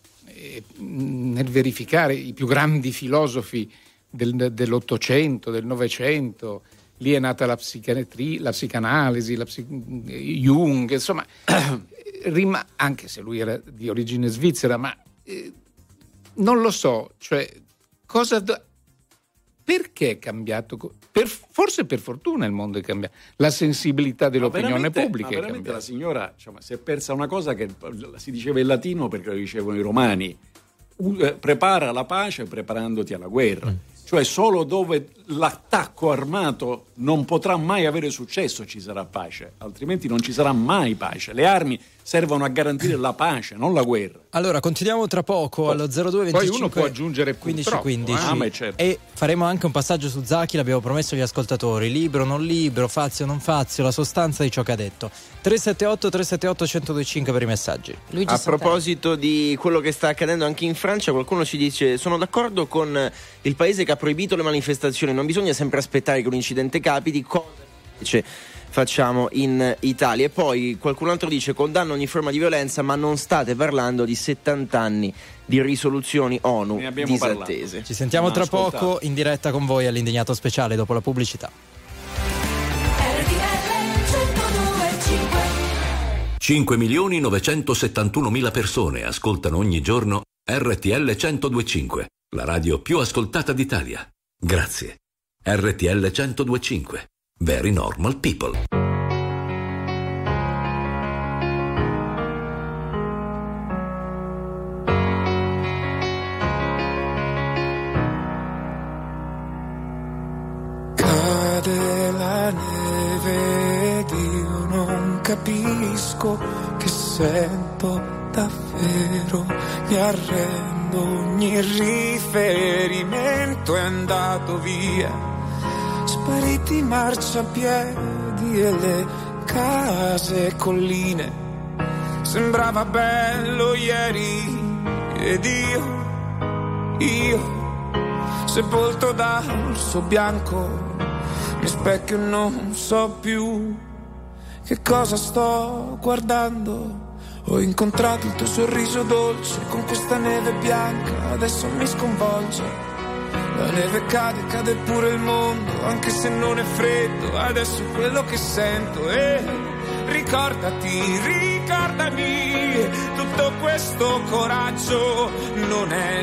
eh, nel verificare i più grandi filosofi del, dell'Ottocento, del Novecento. Lì è nata la psichiatria, la psicanalisi, la psic... Jung, insomma, rima... anche se lui era di origine svizzera, ma eh, non lo so, cioè cosa do... perché è cambiato? Per, forse per fortuna il mondo è cambiato, la sensibilità dell'opinione pubblica ma è veramente cambiata. La signora, insomma, si è persa una cosa che si diceva in latino perché lo dicevano i romani: prepara la pace preparandoti alla guerra. Mm. Cioè solo dove l'attacco armato non potrà mai avere successo ci sarà pace, altrimenti non ci sarà mai pace. Le armi servono a garantire la pace, non la guerra. Allora, continuiamo tra poco oh, allo zero due venticinque. Poi uno può aggiungere quindici troppo, quindici. Eh? Ah, ma certo. E faremo anche un passaggio su Zaki, l'abbiamo promesso agli ascoltatori. Libro, non libro, fazio, non fazio, la sostanza di ciò che ha detto. tre sette otto tre sette otto uno zero due cinque per i messaggi. Luigi a Santana. Proposito di quello che sta accadendo anche in Francia, qualcuno ci dice: sono d'accordo con il paese che ha proibito le manifestazioni, non bisogna sempre aspettare che un incidente capiti, cosa invece facciamo in Italia. E poi qualcun altro dice: condanno ogni forma di violenza, ma non state parlando di settanta anni di risoluzioni ONU disattese. Parlato. Ci sentiamo tra ascoltato. poco in diretta con voi all'Indignato Speciale dopo la pubblicità. cinque milioni novecentosettantunomila persone ascoltano ogni giorno R T L centodue e cinque, la radio più ascoltata d'Italia. Grazie. R T L centodue e cinque. Very normal people. Cade la neve ed io non capisco che sento davvero, mi arrendo, ogni riferimento è andato via, spariti i marciapiedi e le case e colline, sembrava bello ieri ed io, io sepolto dal suo bianco, mi specchio e non so più che cosa sto guardando. Ho incontrato il tuo sorriso dolce con questa neve bianca, adesso mi sconvolge. La neve cade, cade pure il mondo, anche se non è freddo, adesso è quello che sento. E ricordati, ricordami, tutto questo coraggio non è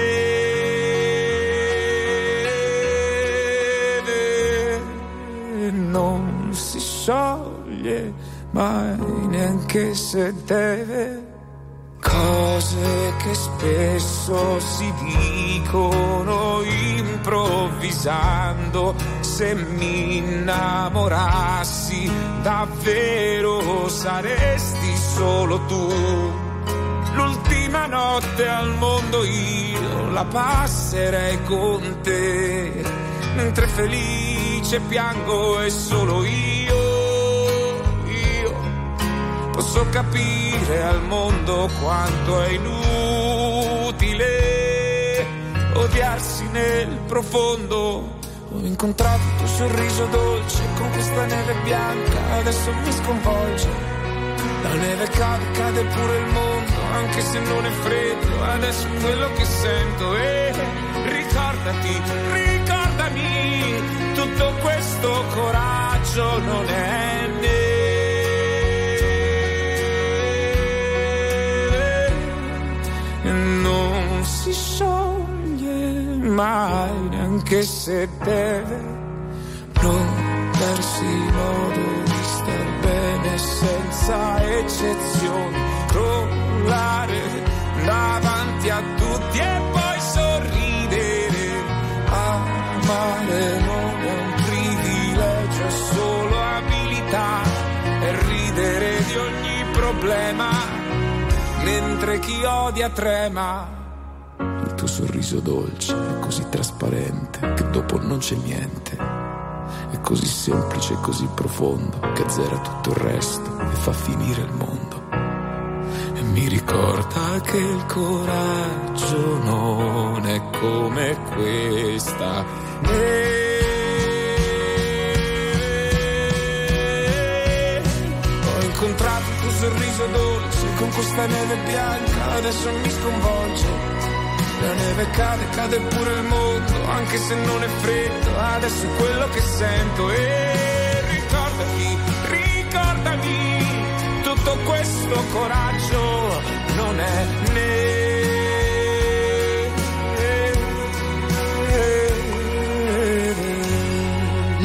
neve, non si scioglie mai neanche se deve. Cose che spesso si dicono improvvisando, se mi innamorassi davvero saresti solo tu. L'ultima notte al mondo io la passerei con te, mentre felice piango e solo io posso capire al mondo quanto è inutile odiarsi nel profondo. Ho incontrato il tuo sorriso dolce con questa neve bianca, adesso mi sconvolge. La neve cade, cade pure il mondo, anche se non è freddo, adesso è quello che sento. E ricordati, ricordami, tutto questo coraggio non è neve, non si scioglie mai neanche se deve, non darsi modo di star bene senza eccezioni, crollare davanti a tutti e poi sorridere. Amare non è un privilegio, è solo abilità, e ridere di ogni problema mentre chi odia trema. Il tuo sorriso dolce è così trasparente che dopo non c'è niente, è così semplice e così profondo che azzera tutto il resto e fa finire il mondo. E mi ricorda che il coraggio non è come questa neve. Ho incontrato il tuo sorriso dolce con questa neve bianca, adesso mi sconvolge. La neve cade, cade pure il mondo, anche se non è freddo, adesso è quello che sento. E ricordati, ricordami, tutto questo coraggio non è neve,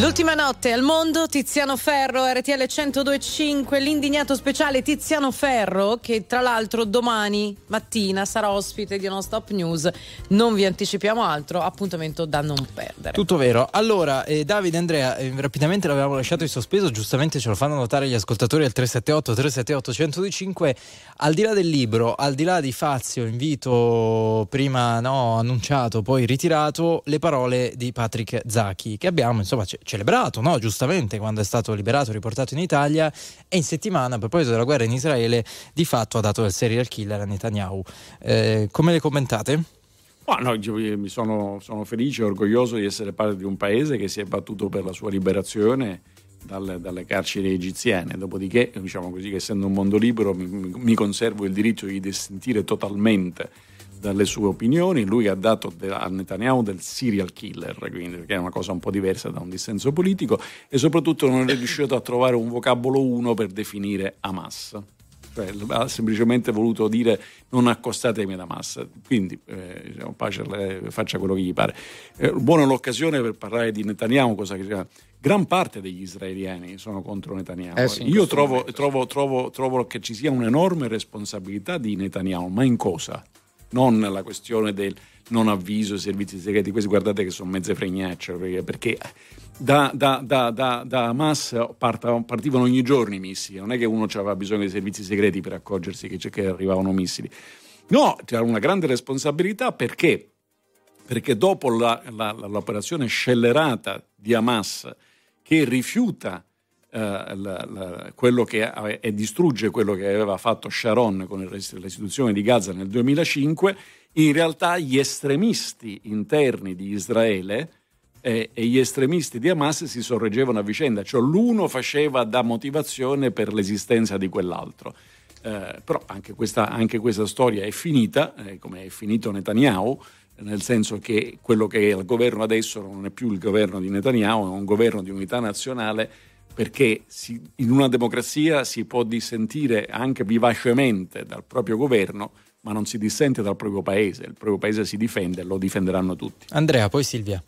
L'ultima notte al mondo, Tiziano Ferro, R T L centodue e cinque, l'indignato speciale Tiziano Ferro, che tra l'altro domani mattina sarà ospite di Non Stop News. Non vi anticipiamo altro, appuntamento da non perdere. Tutto vero. Allora, eh, Davide, Andrea, eh, rapidamente l'avevamo lasciato in sospeso, giustamente ce lo fanno notare gli ascoltatori al tre sette otto tre sette otto uno zero due cinque. Al di là del libro, al di là di Fazio, invito prima no, annunciato, poi ritirato, le parole di Patrick Zaki, che abbiamo insomma c- celebrato, no? Giustamente, quando è stato liberato e riportato in Italia, e in settimana, a proposito della guerra in Israele, di fatto ha dato del serial killer a Netanyahu. Eh, come le commentate? Oh, no, io mi sono, sono felice e orgoglioso di essere parte di un paese che si è battuto per la sua liberazione dalle, dalle carceri egiziane. Dopodiché, diciamo così, che essendo un mondo libero mi, mi conservo il diritto di dissentire totalmente dalle sue opinioni. Lui ha dato a Netanyahu del serial killer, quindi, che è una cosa un po' diversa da un dissenso politico, e soprattutto non è riuscito a trovare un vocabolo uno per definire Hamas. Cioè, ha semplicemente voluto dire non accostatevi ad Hamas, quindi eh, diciamo, pace, faccia quello che gli pare. Eh, buona l'occasione per parlare di Netanyahu, cosa che gran parte degli israeliani sono contro Netanyahu. Eh sì, Io trovo, trovo, trovo, trovo che ci sia un'enorme responsabilità di Netanyahu, ma in cosa? Non la questione del non avviso ai servizi segreti, questi guardate che sono mezze fregnacce, perché, perché da, da, da, da, da Hamas parta, partivano ogni giorno i missili, non è che uno aveva bisogno dei servizi segreti per accorgersi che, che arrivavano missili. No, c'era una grande responsabilità, perché perché dopo la, la, l'operazione scellerata di Hamas, che rifiuta Uh, la, la, quello che ave, e distrugge quello che aveva fatto Sharon con il, l'istituzione di Gaza nel duemilacinque, in realtà gli estremisti interni di Israele eh, e gli estremisti di Hamas si sorreggevano a vicenda, cioè l'uno faceva da motivazione per l'esistenza di quell'altro. Eh, però anche questa, anche questa storia è finita, eh, come è finito Netanyahu, nel senso che quello che è il governo adesso non è più il governo di Netanyahu, è un governo di unità nazionale, perché si, in una democrazia si può dissentire anche vivacemente dal proprio governo, ma non si dissente dal proprio paese. Il proprio paese si difende e lo difenderanno tutti. Andrea, poi Silvia.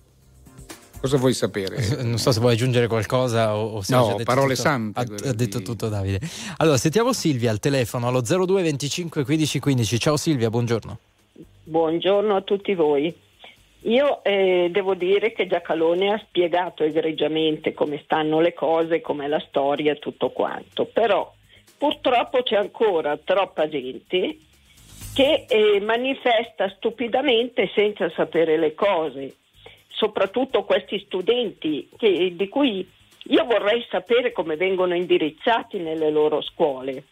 Cosa vuoi sapere? Non so se vuoi aggiungere qualcosa o, o se no, già detto parole tutto. sante. Ha, ha detto di... tutto Davide. Allora, sentiamo Silvia al telefono allo zero due venticinque quindici quindici. Ciao Silvia, buongiorno. Buongiorno a tutti voi. Io eh, devo dire che Giacalone ha spiegato egregiamente come stanno le cose, com'è la storia e tutto quanto, però purtroppo c'è ancora troppa gente che eh, manifesta stupidamente senza sapere le cose, soprattutto questi studenti che, di cui io vorrei sapere come vengono indirizzati nelle loro scuole.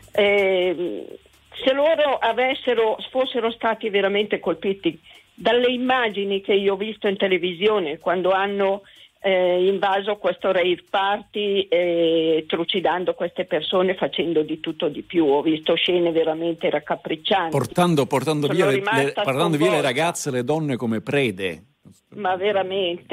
Eh, se loro avessero, fossero stati veramente colpiti dalle immagini che io ho visto in televisione quando hanno eh, invaso questo rave party, eh, trucidando queste persone, facendo di tutto di più, ho visto scene veramente raccapriccianti, portando, portando, via le, le, portando via le ragazze e le donne come prede. Ma veramente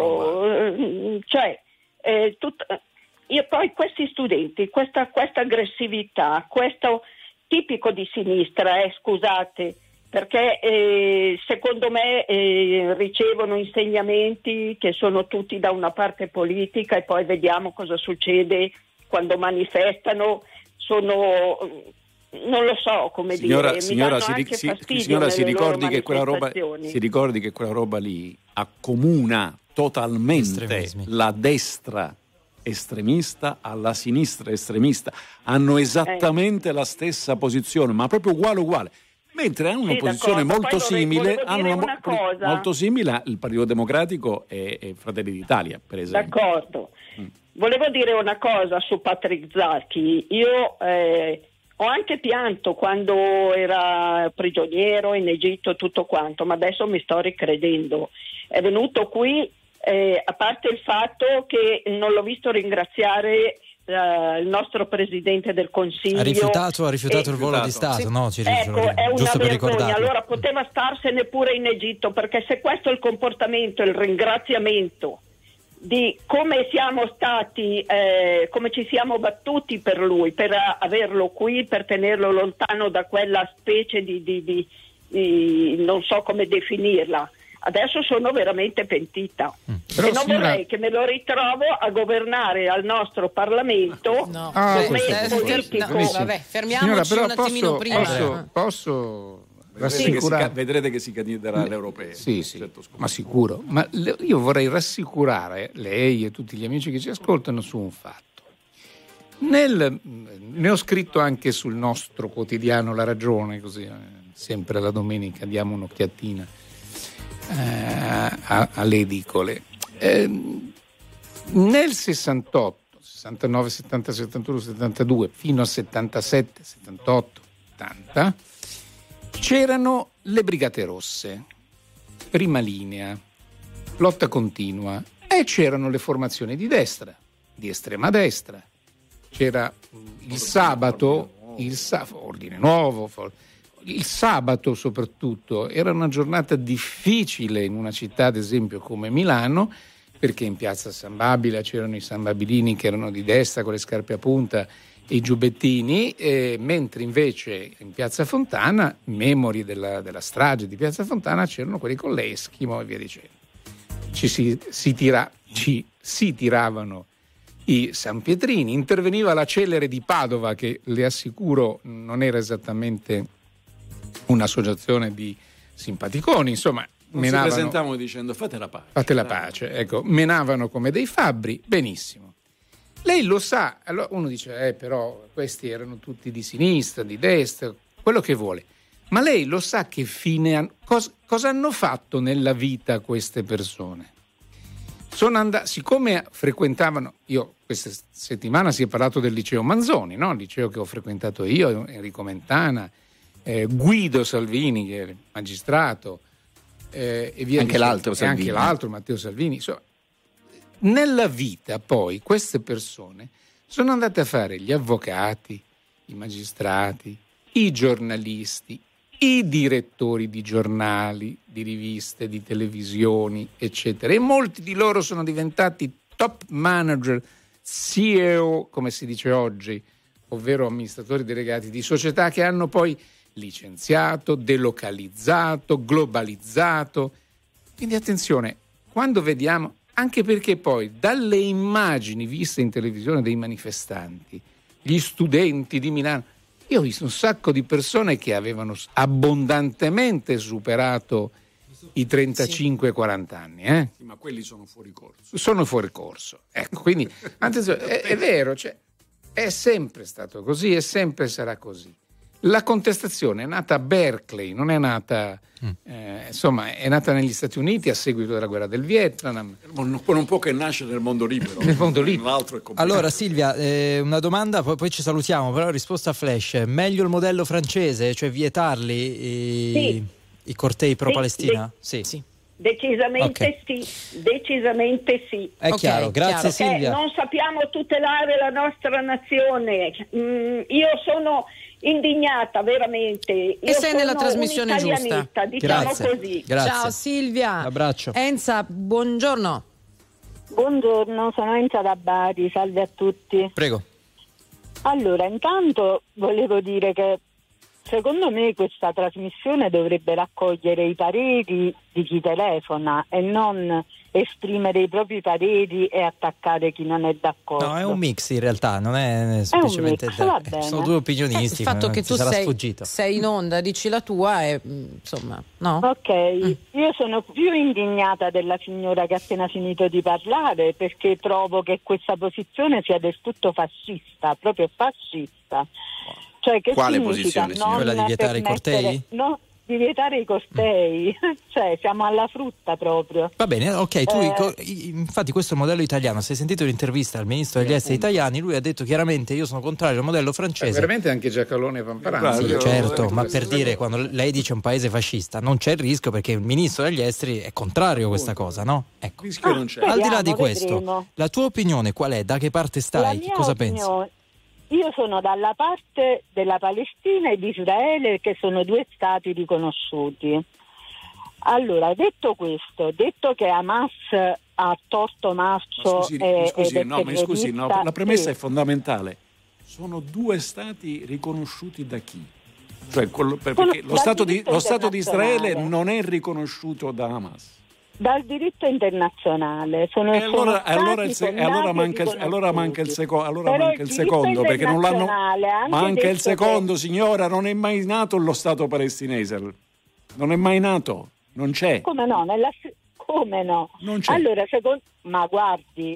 io cioè eh, tut, io poi questi studenti, questa, questa aggressività, questo tipico di sinistra, eh, scusate, perché eh, secondo me eh, ricevono insegnamenti che sono tutti da una parte politica e poi vediamo cosa succede quando manifestano, sono, non lo so come signora, dire, signora, mi si, anche si, fastidio signora si ricordi che quella roba manifestazioni. si ricordi che quella roba lì accomuna totalmente la destra estremista alla sinistra estremista, hanno esattamente eh. la stessa posizione, ma proprio uguale uguale. Mentre hanno una sì, posizione d'accordo. molto Poi simile, hanno una cosa. molto simile il Partito Democratico e, e Fratelli d'Italia, per esempio. D'accordo. Mm. Volevo dire una cosa su Patrick Zaki. Io eh, ho anche pianto quando era prigioniero in Egitto, tutto quanto, ma adesso mi sto ricredendo. È venuto qui, eh, a parte il fatto che non l'ho visto ringraziare Uh, il nostro Presidente del Consiglio ha rifiutato, ha rifiutato e, il volo di Stato, sì, no? Ci ecco, è una giusto vergogna. Allora poteva starsene pure in Egitto, perché se questo è il comportamento, il ringraziamento di come siamo stati, eh, come ci siamo battuti per lui, per averlo qui, per tenerlo lontano da quella specie di, di, di, di non so come definirla. Adesso sono veramente pentita. Però, e non signora... vorrei che me lo ritrovo a governare al nostro Parlamento no. come ah, politico. No, vabbè, fermiamoci signora, un attimino posso, prima. Posso, posso vedrete, che si, vedrete che si candiderà alle europee. Sì, sì, ma sicuro. Ma le, io vorrei rassicurare lei e tutti gli amici che ci ascoltano su un fatto. Nel, ne ho scritto anche sul nostro quotidiano La Ragione, così sempre la domenica diamo un'occhiatina eh, a, alle edicole. Eh, nel sessantotto, sessantanove, settanta, settantuno, settantadue fino a settantasette, settantotto, ottanta c'erano le Brigate Rosse, prima linea, lotta continua, e c'erano le formazioni di destra, di estrema destra. C'era il sabato, il sa- Ordine Nuovo, il sabato soprattutto, era una giornata difficile in una città, ad esempio, come Milano, perché in piazza San Babila c'erano i San Babilini che erano di destra con le scarpe a punta e i giubbettini, eh, mentre invece in piazza Fontana, memori della, della strage di piazza Fontana, c'erano quelli con l'Eschimo e via dicendo. Ci si, si, tira, ci si tiravano i sanpietrini, interveniva la Celere di Padova, che le assicuro non era esattamente un'associazione di simpaticoni, insomma. Non menavano, si presentavano dicendo fate la pace. Fate la pace, ecco, menavano come dei fabbri, benissimo. Lei lo sa, allora uno dice, eh però questi erano tutti di sinistra, di destra, quello che vuole. Ma lei lo sa che fine hanno, cosa, cosa hanno fatto nella vita queste persone? Sono andati, siccome frequentavano, io questa settimana si è parlato del liceo Manzoni, no? Il liceo che ho frequentato io, Enrico Mentana, eh, Guido Salvini, che è magistrato, Eh, e via anche dicendo, l'altro e anche l'altro Matteo Salvini. Insomma, nella vita poi queste persone sono andate a fare gli avvocati, i magistrati, i giornalisti, i direttori di giornali, di riviste, di televisioni, eccetera, e molti di loro sono diventati top manager, C E O, come si dice oggi, ovvero amministratori delegati di società che hanno poi licenziato, delocalizzato, globalizzato. Quindi attenzione, quando vediamo, anche perché poi dalle immagini viste in televisione dei manifestanti, gli studenti di Milano, io ho visto un sacco di persone che avevano abbondantemente superato i trentacinque quaranta anni. Eh? Sì, ma quelli sono fuori corso. Sono fuori corso. Ecco, quindi attenzione, è, è vero, cioè, è sempre stato così e sempre sarà così. La contestazione è nata a Berkeley, non è nata, mm. eh, insomma, è nata negli Stati Uniti a seguito della guerra del Vietnam. Non può, non può che nascere nel mondo libero. Nel mondo libero. L'altro è allora Silvia, eh, una domanda, poi, poi ci salutiamo, però risposta flash. Meglio il modello francese, cioè vietarli i, sì. i cortei pro-Palestina? Sì, sì. sì. Decisamente okay. sì, decisamente sì. È okay, chiaro, grazie chiaro. Silvia. Non sappiamo tutelare la nostra nazione. Mm, io sono indignata veramente. Io e sei nella trasmissione giusta, diciamo grazie. così. Grazie. Ciao Silvia. Un abbraccio. Enza, buongiorno. Buongiorno, sono Enza da Bari, salve a tutti. Prego. Allora, intanto volevo dire che secondo me questa trasmissione dovrebbe raccogliere i pareri di chi telefona e non esprimere i propri pareri e attaccare chi non è d'accordo. No, è un mix in realtà, non è semplicemente... È un mix, va bene. Sono due opinionisti. Eh, il fatto che tu sei, sei in onda, dici la tua e insomma, no? Ok, mm. Io sono più indignata della signora che ha appena finito di parlare, perché trovo che questa posizione sia del tutto fascista, proprio fascista. Cioè, che quale significa posizione? Non quella di vietare i cortei? No, di vietare i cortei, cioè siamo alla frutta proprio. Va bene, ok, tu eh, infatti questo è il modello italiano. Se hai sentito l'intervista al ministro degli esteri italiani, lui ha detto chiaramente io sono contrario al modello francese. Eh, veramente anche Giacalone Pamparanzi. Sì, certo, ma per dire, quando lei dice un paese fascista non c'è il rischio, perché il ministro degli esteri è contrario a questa cosa, no? Ecco. ah, non c'è. Al di là di questo, vedremo. La tua opinione qual è? Da che parte stai? Che cosa opinione, pensi? Io sono dalla parte della Palestina e di Israele, che sono due stati riconosciuti. Allora, detto questo, detto che Hamas ha torto marcio, scusi, e, scusi, ed è no, ma scusi, no, la premessa sì. è fondamentale. Sono due stati riconosciuti da chi? Cioè, quello, perché lo stato, di, lo stato di Israele non è riconosciuto da Hamas. dal diritto internazionale. Sono, e allora, sono allora, il, se, allora manca il, allora manca il, seco, allora manca il secondo, perché non l'hanno. Manca il secondo, che... signora, non è mai nato lo Stato palestinese. Non è mai nato, non c'è. Come no? Nella... Come no? Non c'è. Allora, secondo... ma guardi,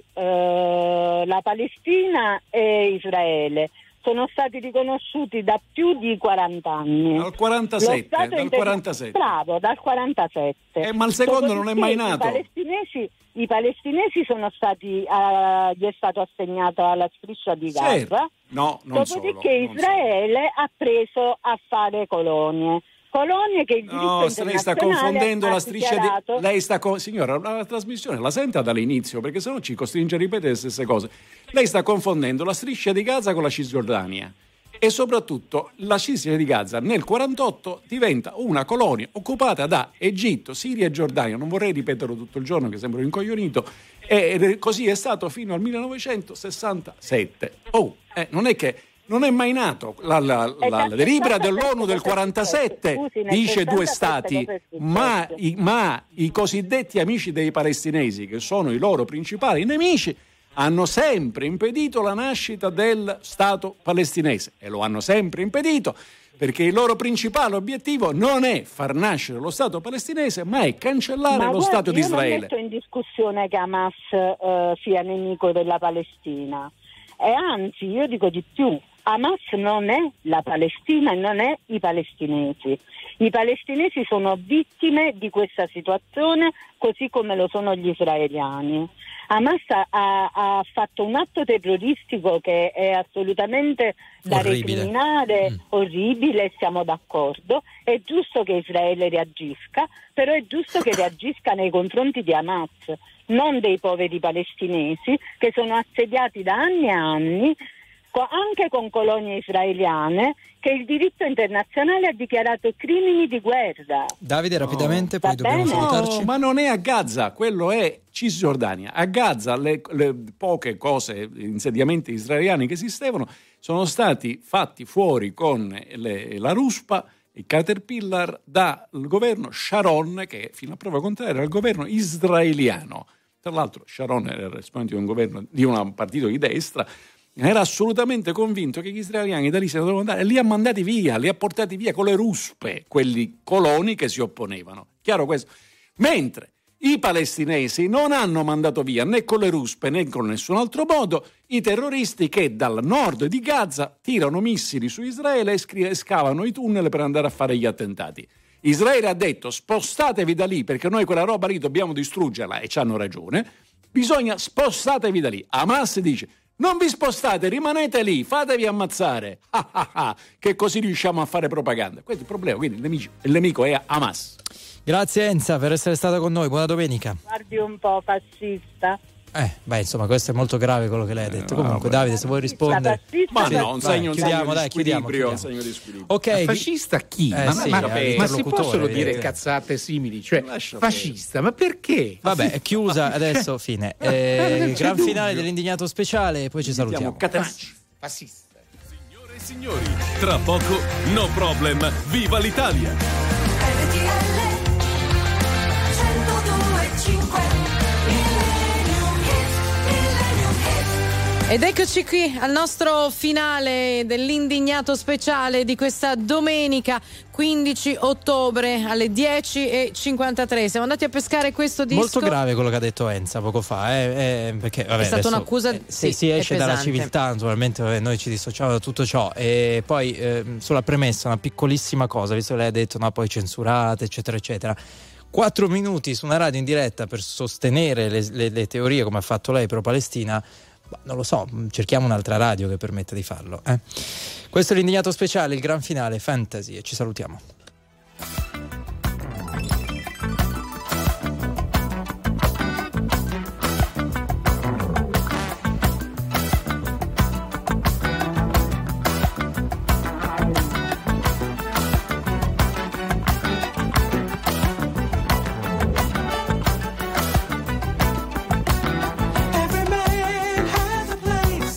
eh, la Palestina e Israele sono stati riconosciuti da più di quaranta anni. Dal quarantasette, dal inter... quarantasette. Bravo, dal quarantasette. Eh, ma il secondo non è mai nato. I palestinesi, i palestinesi sono stati, uh, gli è stato assegnato alla striscia di Gaza. Certo. No, non Dopodiché solo, non Israele solo. ha preso a fare colonie. Colonie che il diritto no, internazionale lei sta confondendo ha la striscia dichiarato... di lei sta co... signora, la trasmissione la senta dall'inizio, perché sennò ci costringe a ripetere le stesse cose. Lei sta confondendo la striscia di Gaza con la Cisgiordania, e soprattutto la striscia di Gaza nel quarantotto diventa una colonia occupata da Egitto, Siria e Giordania. Non vorrei ripeterlo tutto il giorno, che sembro incoglionito, e così è stato fino al millenovecentosessantasette. Oh, eh, non è che non è mai nato. La, la, la, la delibera dell'ONU del quarantasette dice due stati, ma i, ma i cosiddetti amici dei palestinesi, che sono i loro principali nemici, hanno sempre impedito la nascita del Stato palestinese, e lo hanno sempre impedito perché il loro principale obiettivo non è far nascere lo Stato palestinese, ma è cancellare ma lo guardi, Stato di Israele. Io non metto in discussione che Hamas eh, sia nemico della Palestina, e anzi io dico di più. Hamas non è la Palestina e non è i palestinesi. I palestinesi sono vittime di questa situazione, così come lo sono gli israeliani. Hamas ha, ha fatto un atto terroristico che è assolutamente da orribile. recriminare, mm. orribile, siamo d'accordo. È giusto che Israele reagisca, però è giusto che reagisca nei confronti di Hamas, non dei poveri palestinesi che sono assediati da anni e anni, anche con colonie israeliane, che il diritto internazionale ha dichiarato crimini di guerra. Davide, rapidamente, oh, poi dobbiamo bene? salutarci. No, ma non è a Gaza, quello è Cisgiordania. A Gaza le, le poche cose, insediamenti israeliani che esistevano, sono stati fatti fuori con le, la ruspa, il Caterpillar, dal governo Sharon, che fino a prova contraria era il governo israeliano. Tra l'altro Sharon era il esponente di un governo di un partito di destra, era assolutamente convinto che gli israeliani da lì se ne dovevano andare, e li ha mandati via, li ha portati via con le ruspe, quelli coloni che si opponevano. Chiaro questo? Mentre i palestinesi non hanno mandato via né con le ruspe né con nessun altro modo i terroristi che dal nord di Gaza tirano missili su Israele e scri- scavano i tunnel per andare a fare gli attentati. Israele ha detto: spostatevi da lì, perché noi quella roba lì dobbiamo distruggerla, e ci hanno ragione, bisogna spostatevi da lì. Hamas dice: non vi spostate, rimanete lì, fatevi ammazzare, ah, ah, ah, che così riusciamo a fare propaganda. Questo è il problema, quindi il nemico, il nemico è Hamas. Grazie Enza per essere stata con noi, buona domenica. Guardi un po' fascista. Eh, beh, insomma, questo è molto grave quello che lei ha detto. Eh, Comunque, vabbè. Davide, se vuoi rispondere. Ma no, un segno, vai, chiudiamo, un dai, chiudiamo, chiudiamo. Un segno di squilibrio. Ok, fascista chi? Eh, ma sì, ma, vabbè, ma si possono dire cazzate simili? Cioè, Lascia fascista, ma perché? Vabbè, è chiusa adesso, fine. Eh, gran dubbio. Finale dell'indignato speciale e poi ci salutiamo. Catenacci. Fascista. Signore e signori, tra poco No Problem, viva l'Italia! Ed eccoci qui al nostro finale dell'indignato speciale di questa domenica quindici ottobre alle dieci e cinquantatré. Siamo andati a pescare questo disco. Molto grave quello che ha detto Enza poco fa, eh, eh, perché vabbè, è stata adesso, un'accusa eh, sì, si esce dalla pesante. civiltà, naturalmente vabbè, noi ci dissociamo da tutto ciò, e poi eh, sulla premessa una piccolissima cosa, visto che lei ha detto no, poi censurate eccetera eccetera. Quattro minuti su una radio in diretta per sostenere le, le, le teorie come ha fatto lei pro Palestina. Non lo so, cerchiamo un'altra radio che permetta di farlo. Eh? Questo è l'indignato speciale, il gran finale, Fantasy, e ci salutiamo.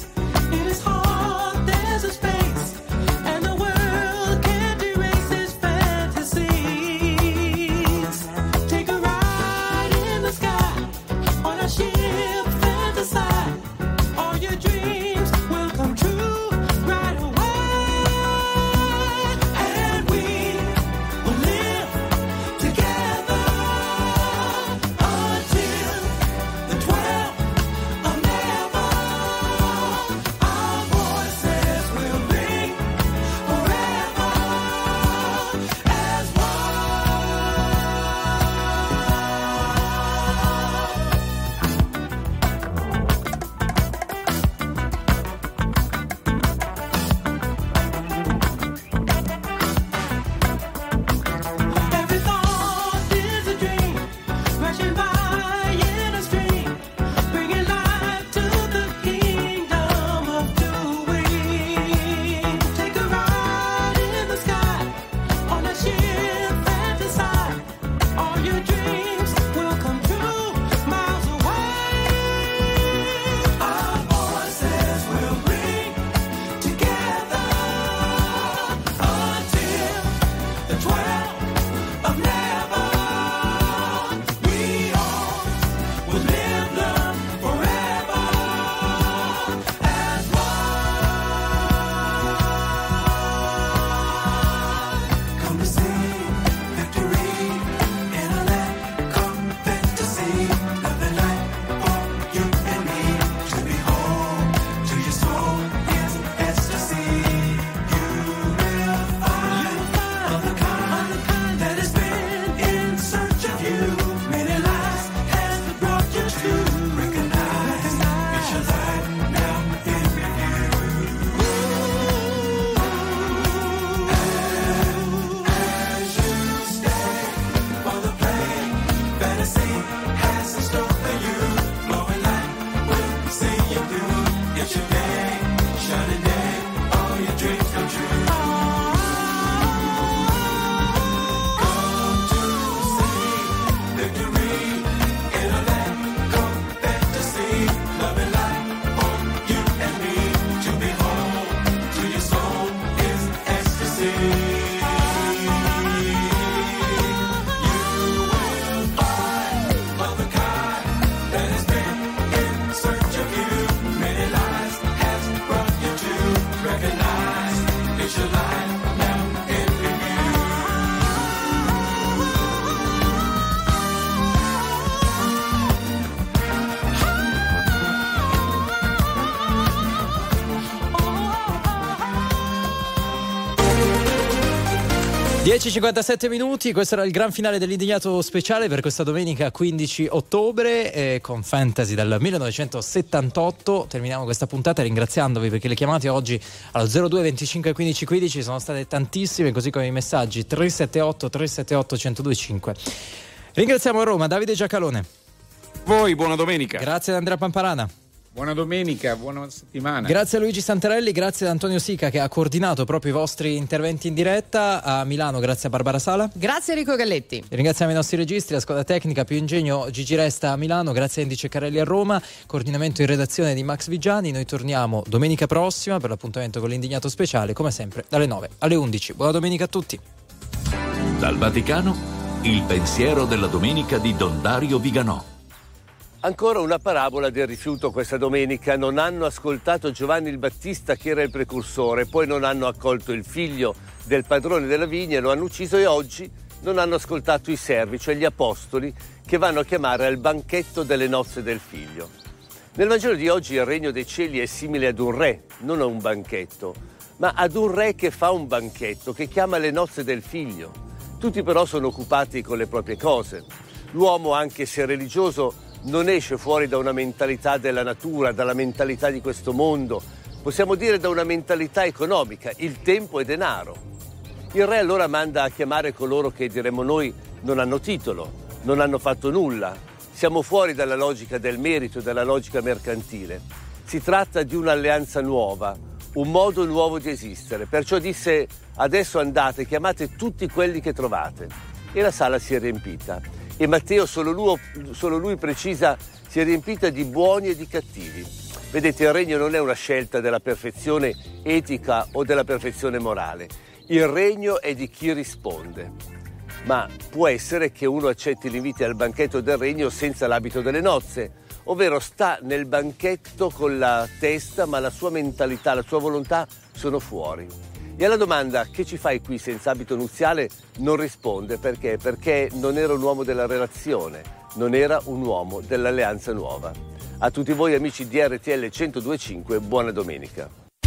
His face, and the world can't erase his face. dieci e cinquantasette minuti, questo era il gran finale dell'Indignato speciale per questa domenica quindici ottobre, eh, con Fantasy dal millenovecentosettantotto. Terminiamo questa puntata ringraziandovi perché le chiamate oggi allo zero due venticinque quindici quindici sono state tantissime, così come i messaggi tre sette otto tre sette otto uno zero due cinque. Ringraziamo a Roma Davide Giacalone. Voi, buona domenica. Grazie ad Andrea Pamparana. Buona domenica, buona settimana. Grazie a Luigi Santarelli, grazie ad Antonio Sica che ha coordinato proprio i vostri interventi in diretta. A Milano grazie a Barbara Sala. Grazie a Enrico Galletti. Ringraziamo i nostri registri, la squadra tecnica, Più Ingegno, Gigi Resta a Milano, grazie a Andy Ceccarelli a Roma, coordinamento in redazione di Max Vigiani. Noi torniamo domenica prossima per l'appuntamento con l'Indignato speciale, come sempre dalle nove alle undici. Buona domenica a tutti. Dal Vaticano, il pensiero della domenica di Don Dario Viganò. Ancora una parabola del rifiuto questa domenica. Non hanno ascoltato Giovanni il Battista, che era il precursore, poi non hanno accolto il figlio del padrone della vigna e lo hanno ucciso, e oggi non hanno ascoltato i servi, cioè gli apostoli, che vanno a chiamare al banchetto delle nozze del figlio. Nel Vangelo di oggi il regno dei cieli è simile ad un re, non a un banchetto, ma ad un re che fa un banchetto, che chiama le nozze del figlio. Tutti però sono occupati con le proprie cose. L'uomo, anche se religioso, non esce fuori da una mentalità della natura, dalla mentalità di questo mondo, possiamo dire da una mentalità economica: il tempo è denaro. Il re allora manda a chiamare coloro che, diremmo noi, non hanno titolo, non hanno fatto nulla. Siamo fuori dalla logica del merito, dalla logica mercantile. Si tratta di un'alleanza nuova, un modo nuovo di esistere. Perciò disse: adesso andate, chiamate tutti quelli che trovate. E la sala si è riempita. E Matteo, solo lui, solo lui precisa, si è riempita di buoni e di cattivi. Vedete, il regno non è una scelta della perfezione etica o della perfezione morale. Il regno è di chi risponde. Ma può essere che uno accetti l'invito al banchetto del regno senza l'abito delle nozze, ovvero sta nel banchetto con la testa, ma la sua mentalità, la sua volontà sono fuori. E alla domanda "che ci fai qui senza abito nuziale?" non risponde. Perché? Perché non era un uomo della relazione, non era un uomo dell'alleanza nuova. A tutti voi amici di R T L centodue e cinque, buona domenica.